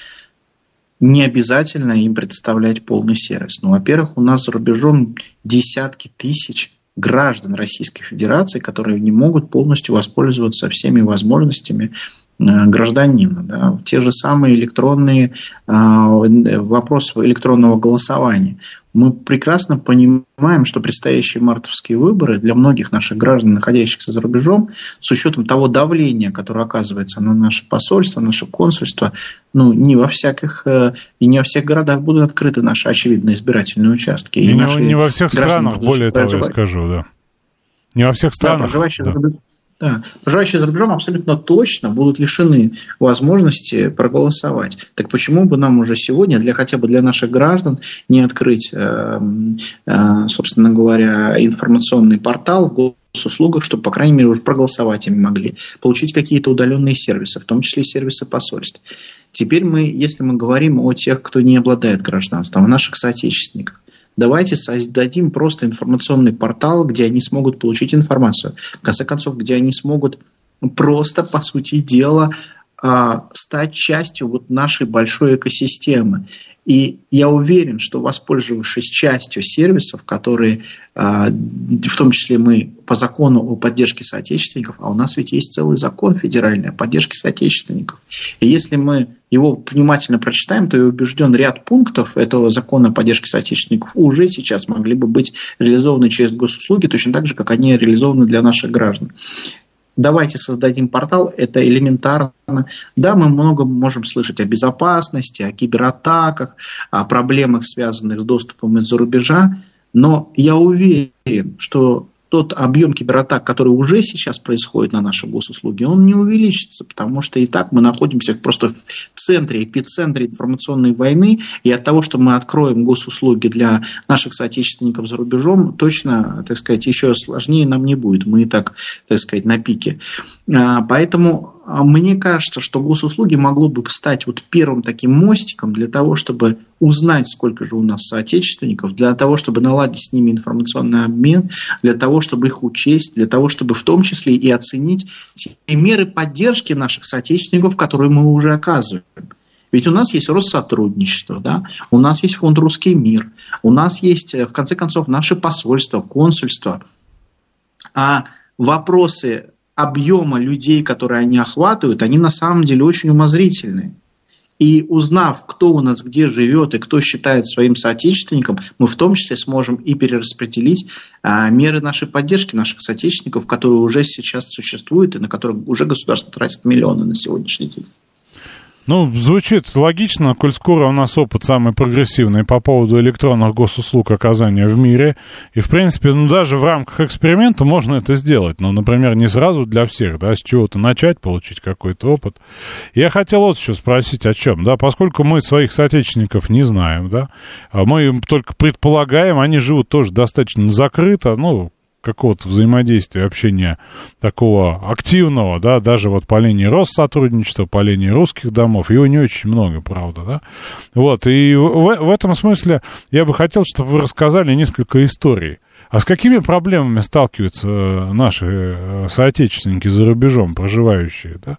Не обязательно им предоставлять полный сервис. Ну, во-первых, у нас за рубежом десятки тысяч граждан Российской Федерации, которые не могут полностью воспользоваться всеми возможностями гражданина. Да. Те же самые электронные вопросы электронного голосования. Мы прекрасно понимаем, что предстоящие мартовские выборы для многих наших граждан, находящихся за рубежом, с учетом того давления, которое оказывается на наше посольство, наше консульство, ну, не во всех городах будут открыты наши очевидно избирательные участки. Не во всех странах, более того, я скажу, да. Не во всех странах. Да, проживающие Да, проживающие за рубежом абсолютно точно будут лишены возможности проголосовать. Так почему бы нам уже сегодня, хотя бы для наших граждан, не открыть, собственно говоря, информационный портал в госуслугах, чтобы, по крайней мере, уже проголосовать ими могли, получить какие-то удаленные сервисы, в том числе сервисы посольств. Теперь если мы говорим о тех, кто не обладает гражданством, о наших соотечественниках, давайте создадим просто информационный портал, где они смогут получить информацию. В конце концов, где они смогут просто, по сути дела, стать частью нашей большой экосистемы. И я уверен, что, воспользовавшись частью сервисов, которые, в том числе мы по закону о поддержке соотечественников, а у нас ведь есть целый закон федеральный о поддержке соотечественников, и если мы его внимательно прочитаем, то я убежден, ряд пунктов этого закона о поддержке соотечественников уже сейчас могли бы быть реализованы через госуслуги, точно так же, как они реализованы для наших граждан. Давайте создадим портал, это элементарно. Да, мы много можем слышать о безопасности, о кибератаках, о проблемах, связанных с доступом из-за рубежа, но я уверен, что тот объем кибератак, который уже сейчас происходит на наши госуслуги, он не увеличится, потому что и так мы находимся просто в центре, эпицентре информационной войны, и от того, что мы откроем госуслуги для наших соотечественников за рубежом, точно, так сказать, еще сложнее нам не будет. Мы и так, так сказать, на пике. Поэтому мне кажется, что госуслуги могло бы стать первым таким мостиком для того, чтобы узнать, сколько же у нас соотечественников, для того, чтобы наладить с ними информационный обмен, для того, чтобы их учесть, для того, чтобы в том числе и оценить те меры поддержки наших соотечественников, которые мы уже оказываем. Ведь у нас есть Россотрудничество, да? У нас есть фонд «Русский мир», у нас есть, в конце концов, наши посольства, консульства. А вопросы объема людей, которые они охватывают, они на самом деле очень умозрительные. И узнав, кто у нас где живет и кто считает своим соотечественником, мы в том числе сможем и перераспределить меры нашей поддержки наших соотечественников, которые уже сейчас существуют и на которые уже государство тратит миллионы на сегодняшний день. Звучит логично, коль скоро у нас опыт самый прогрессивный по поводу электронных госуслуг оказания в мире. И, в принципе, даже в рамках эксперимента можно это сделать. Например, не сразу для всех, да, с чего-то начать, получить какой-то опыт. Я хотел еще спросить о чем, да, поскольку мы своих соотечественников не знаем, да, мы только предполагаем, они живут тоже достаточно закрыто, какого-то взаимодействия, общения такого активного, да, даже по линии Россотрудничества, по линии русских домов, его не очень много, правда, да. И в этом смысле я бы хотел, чтобы вы рассказали несколько историй. А с какими проблемами сталкиваются наши соотечественники за рубежом, проживающие, да?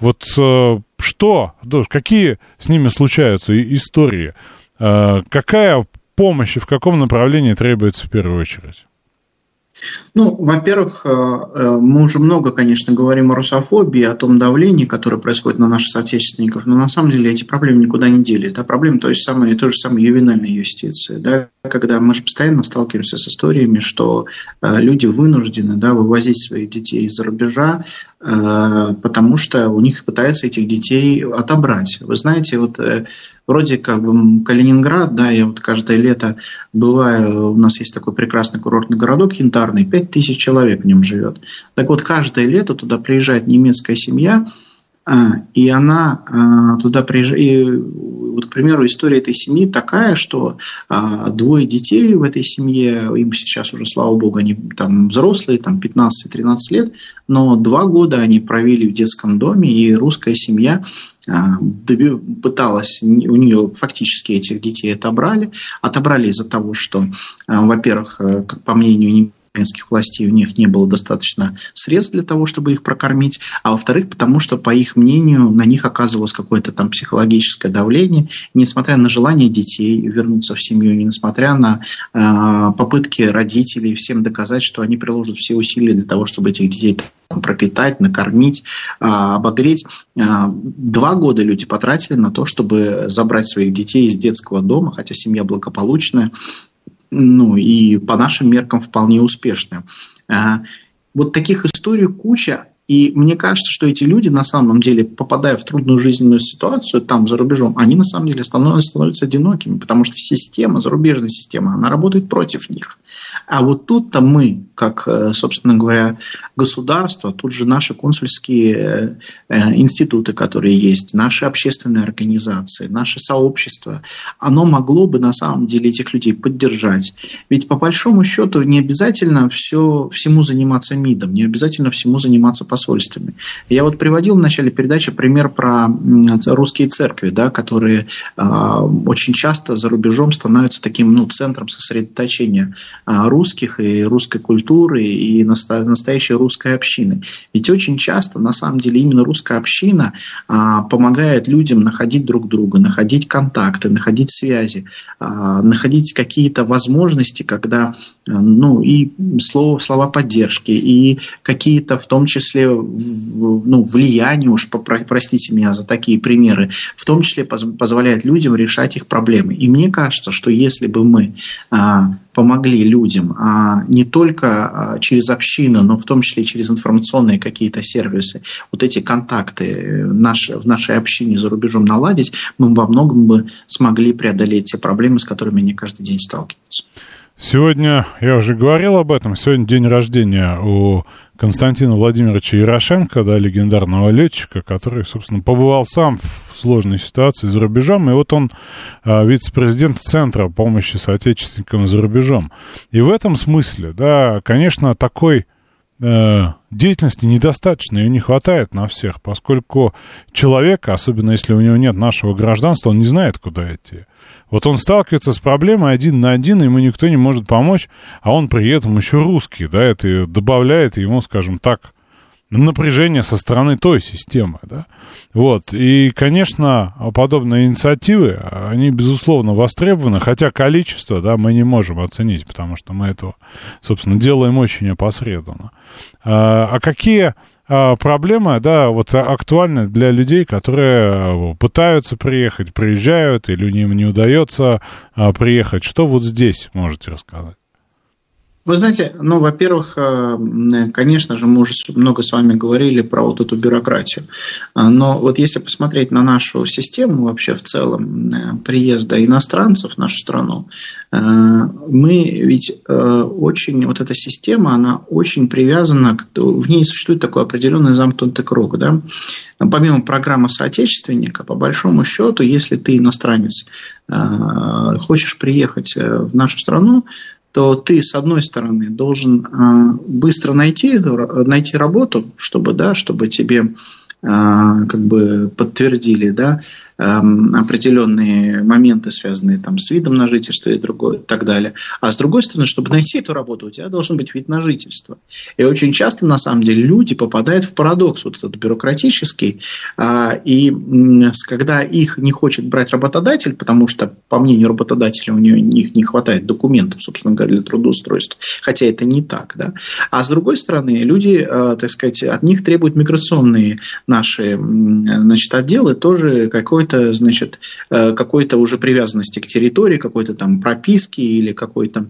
Какие с ними случаются истории? Какая помощь и в каком направлении требуется в первую очередь? Во-первых, мы уже много, конечно, говорим о русофобии, о том давлении, которое происходит на наших соотечественников, но на самом деле эти проблемы никуда не дели. Это проблема той же самой ювенальной юстиции, да, когда мы же постоянно сталкиваемся с историями, что люди вынуждены, да, вывозить своих детей из-за рубежа, потому что у них пытаются этих детей отобрать. Вы знаете, вроде как бы Калининград, да, я каждое лето бываю, у нас есть такой прекрасный курортный городок Янтарный, 5000 человек в нем живет. Так каждое лето туда приезжает немецкая семья, и она туда приезжает. И, к примеру, история этой семьи такая, что 2 детей в этой семье, им сейчас уже, слава богу, они там взрослые, там 15-13 лет, но 2 года они провели в детском доме, и русская семья пыталась, у нее фактически этих детей отобрали из-за того, что, во-первых, как по мнению немецких властей, у них не было достаточно средств для того, чтобы их прокормить, а во-вторых, потому что, по их мнению, на них оказывалось какое-то там психологическое давление, несмотря на желание детей вернуться в семью, несмотря на попытки родителей всем доказать, что они приложат все усилия для того, чтобы этих детей пропитать, накормить, обогреть. 2 года люди потратили на то, чтобы забрать своих детей из детского дома, хотя семья благополучная, и по нашим меркам вполне успешная. Таких историй куча, И мне кажется, что эти люди, на самом деле, попадая в трудную жизненную ситуацию там, за рубежом, они на самом деле становятся одинокими, потому что система, зарубежная система, она работает против них. А вот тут-то мы, как, собственно говоря, государство, тут же наши консульские институты, которые есть, наши общественные организации, наше сообщество, оно могло бы на самом деле этих людей поддержать. Ведь по большому счету не обязательно всему заниматься МИДом, не обязательно всему заниматься посольствами. Я вот приводил в начале передачи пример про русские церкви, да, которые очень часто за рубежом становятся таким центром сосредоточения русских и русской культуры и настоящей русской общины. Ведь очень часто, на самом деле, именно русская община помогает людям находить друг друга, находить контакты, находить связи, находить какие-то возможности, когда и слова поддержки, и какие-то, в том числе, влияние, уж простите меня за такие примеры, в том числе позволяет людям решать их проблемы. И мне кажется, что если бы мы помогли людям не только через общину, но в том числе и через информационные какие-то сервисы, вот эти контакты в нашей общине за рубежом наладить, мы во многом бы смогли преодолеть те проблемы, с которыми они каждый день сталкиваются. Сегодня, я уже говорил об этом, сегодня день рождения у Константина Владимировича Ярошенко, да, легендарного летчика, который, собственно, побывал сам в сложной ситуации за рубежом, и вот он вице-президент Центра помощи соотечественникам за рубежом. И в этом смысле, да, конечно, такой деятельности недостаточно, ее не хватает на всех, поскольку человек, особенно если у него нет нашего гражданства, он не знает, куда идти. Вот он сталкивается с проблемой один на один, ему никто не может помочь, а он при этом еще русский, да, это добавляет ему, скажем так, напряжение со стороны той системы, да. Вот, и, конечно, подобные инициативы, они, безусловно, востребованы, хотя количество, да, мы не можем оценить, потому что мы этого, собственно, делаем очень опосредованно. А какие проблемы, да, вот актуальны для людей, которые пытаются приехать, приезжают, или им не удается приехать? Что вот здесь можете рассказать? Вы знаете, во-первых, конечно же, мы уже много с вами говорили про вот эту бюрократию. Но вот если посмотреть на нашу систему вообще в целом приезда иностранцев в нашу страну, мы ведь очень, вот эта система, она очень привязана, в ней существует такой определенный замкнутый круг, да. Помимо программы соотечественника, по большому счету, если ты иностранец, хочешь приехать в нашу страну, то ты, с одной стороны, должен быстро найти работу, чтобы тебе подтвердили, да, определенные моменты, связанные там с видом на жительство и так далее. А с другой стороны, чтобы найти эту работу, у тебя должен быть вид на жительство. И очень часто, на самом деле, люди попадают в парадокс вот этот бюрократический, и когда их не хочет брать работодатель, потому что, по мнению работодателя, у них не хватает документов, собственно говоря, для трудоустройства, хотя это не так, да. А с другой стороны, люди, так сказать, от них требуют миграционные наши, отделы тоже какой-то уже привязанности к территории, какой-то там прописки или какой-то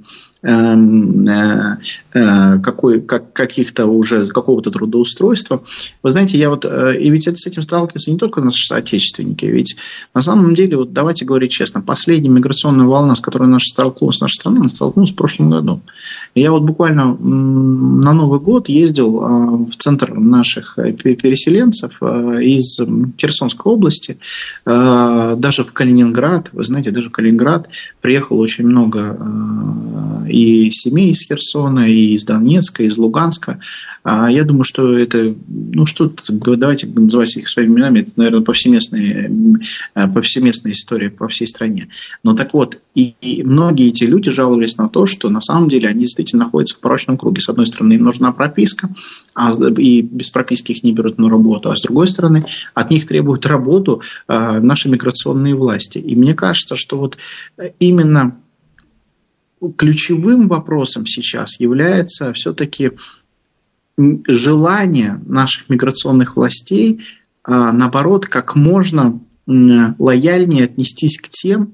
какого-то трудоустройства. Вы знаете, и ведь с этим сталкиваются не только наши соотечественники, ведь на самом деле, вот давайте говорить честно, последняя миграционная волна, с которой наша страна столкнулась в прошлом году. Я вот буквально на Новый год ездил в центр наших переселенцев из Херсонской области, даже в Калининград. Вы знаете, даже в Калининград приехало очень много и семей из Херсона, и из Донецка, и из Луганска. Я думаю, что это, давайте называть их своими именами, это, наверное, повсеместная история по всей стране. Но так вот, и многие эти люди жаловались на то, что на самом деле они действительно находятся в порочном круге. С одной стороны, им нужна прописка, и без прописки их не берут на работу, а с другой стороны, от них требуют работу наши миграционные власти. И мне кажется, что вот именно ключевым вопросом сейчас является все-таки желание наших миграционных властей, наоборот, как можно лояльнее отнестись к тем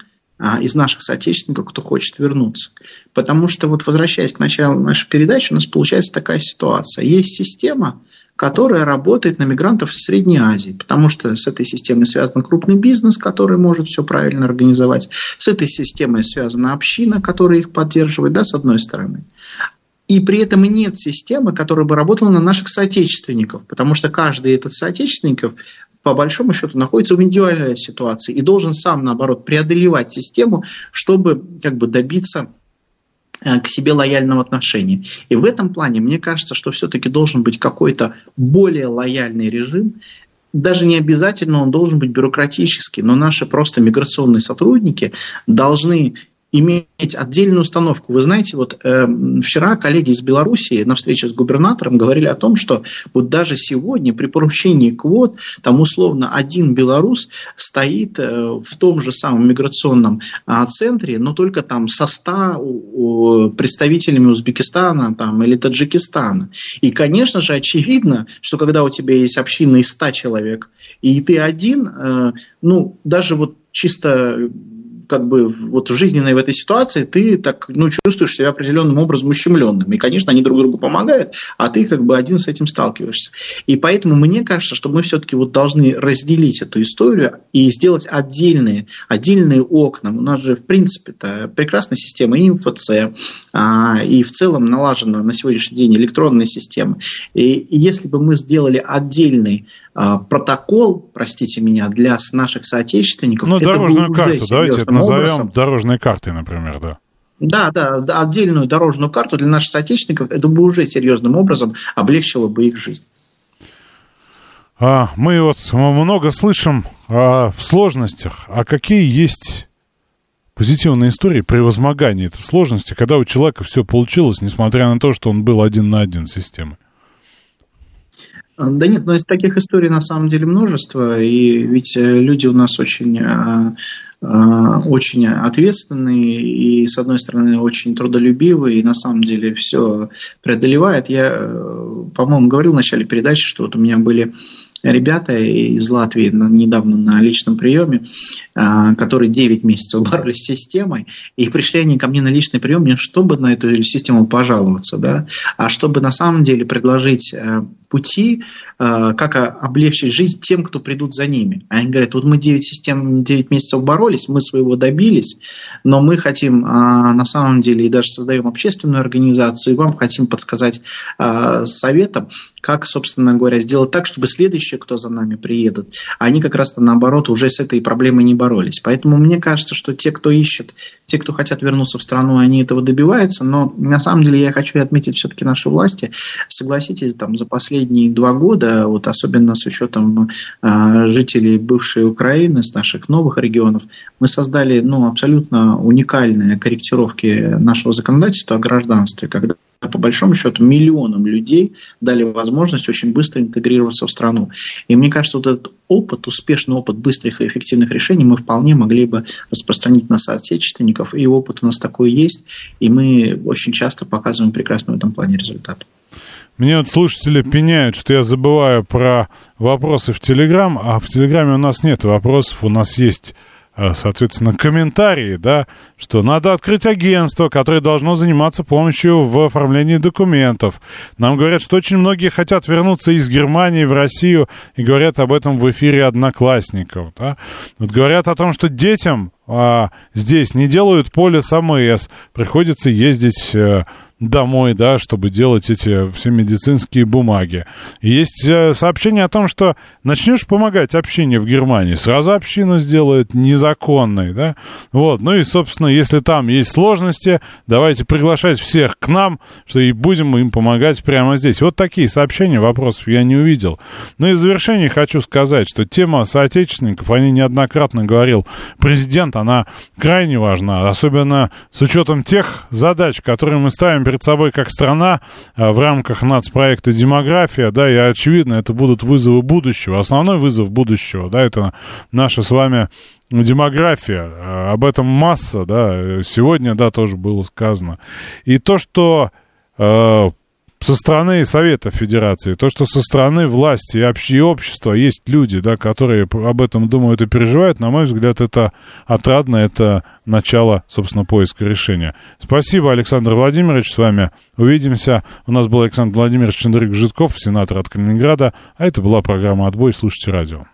из наших соотечественников, кто хочет вернуться. Потому что, вот возвращаясь к началу нашей передачи, у нас получается такая ситуация. Есть система, которая работает на мигрантов из Средней Азии, потому что с этой системой связан крупный бизнес, который может все правильно организовать. С этой системой связана община, которая их поддерживает, да, с одной стороны. И при этом нет системы, которая бы работала на наших соотечественников, потому что каждый этот соотечественников, по большому счету, находится в индивидуальной ситуации и должен сам, наоборот, преодолевать систему, чтобы как бы добиться к себе лояльного отношения. И в этом плане, мне кажется, что все-таки должен быть какой-то более лояльный режим. Даже не обязательно он должен быть бюрократический, но наши просто миграционные сотрудники должны иметь отдельную установку. Вы знаете, вот вчера коллеги из Белоруссии на встрече с губернатором говорили о том, что вот даже сегодня при поручении квот там условно один белорус стоит в том же самом миграционном центре, но только там со 100 представителями Узбекистана там, или Таджикистана. И, конечно же, очевидно, что когда у тебя есть община из 100 человек, и ты один, ну, даже вот чисто как бы вот в жизненной в этой ситуации ты так, ну, чувствуешь себя определенным образом ущемленным. И, конечно, они друг другу помогают, а ты как бы один с этим сталкиваешься. И поэтому мне кажется, что мы все-таки вот должны разделить эту историю и сделать отдельные окна. У нас же, в принципе-то, прекрасная система и МФЦ, и в целом налажена на сегодняшний день электронная система. И если бы мы сделали отдельный протокол, простите меня, для наших соотечественников, ну, это дорожную было карту, уже давайте это назовем образом дорожной картой, например, да. Да, отдельную дорожную карту для наших соотечественников, это бы уже серьезным образом облегчило бы их жизнь. Мы вот много слышим о сложностях, а какие есть позитивные истории превозмогания этой сложности, когда у человека все получилось, несмотря на то, что он был один на один с системой? Да нет, но из таких историй на самом деле множество, и ведь люди у нас очень ответственные и, с одной стороны, очень трудолюбивые, и на самом деле все преодолевают. Я, по-моему, говорил в начале передачи, что вот у меня были ребята из Латвии недавно на личном приеме, которые 9 месяцев боролись с системой, и пришли они ко мне на личный прием не чтобы на эту систему пожаловаться, да, а чтобы на самом деле предложить пути, как облегчить жизнь тем, кто придут за ними. Они говорят, вот мы 9 месяцев боролись, мы своего добились, но мы хотим на самом деле и даже создаем общественную организацию, и вам хотим подсказать советом, как, собственно говоря, сделать так, чтобы следующие, кто за нами приедут, они как раз-то наоборот уже с этой проблемой не боролись. Поэтому мне кажется, что те, кто ищет, те, кто хотят вернуться в страну, они этого добиваются, но на самом деле я хочу отметить все-таки наши власти. Согласитесь, там за последние 2 года, вот особенно с учетом жителей бывшей Украины, с наших новых регионов, мы создали абсолютно уникальные корректировки нашего законодательства о гражданстве, когда по большому счету миллионам людей дали возможность очень быстро интегрироваться в страну. И мне кажется, вот этот опыт, успешный опыт быстрых и эффективных решений мы вполне могли бы распространить на соотечественников, и опыт у нас такой есть, и мы очень часто показываем прекрасный в этом плане результат. Мне вот слушатели пеняют, что я забываю про вопросы в Телеграм, а в Телеграме у нас нет вопросов, у нас есть, соответственно, комментарии, да, что надо открыть агентство, которое должно заниматься помощью в оформлении документов. Нам говорят, что очень многие хотят вернуться из Германии в Россию и говорят об этом в эфире «Одноклассников». Да? Вот говорят о том, что детям здесь не делают полис АМС, приходится ездить домой, да, чтобы делать эти все медицинские бумаги. И есть сообщение о том, что начнешь помогать общине в Германии, сразу общину сделают незаконной, да. Вот, ну и, собственно, если там есть сложности, давайте приглашать всех к нам, что и будем им помогать прямо здесь. Вот такие сообщения, вопросов я не увидел. Ну и в завершение хочу сказать, что тема соотечественников, о ней неоднократно говорил президент, она крайне важна, особенно с учетом тех задач, которые мы ставим перед собой как страна в рамках нацпроекта «Демография», да, и очевидно, это будут вызовы будущего. Основной вызов будущего, да, это наша с вами демография. Об этом масса, да, сегодня, да, тоже было сказано. И то, что со стороны Совета Федерации, то, что со стороны власти и общества есть люди, да, которые об этом думают и переживают, на мой взгляд, это отрадно, это начало, собственно, поиска решения. Спасибо, Александр Владимирович, с вами увидимся. У нас был Александр Владимирович Шендрик-Житков, сенатор от Калининграда, а это была программа «Отбой». Слушайте радио.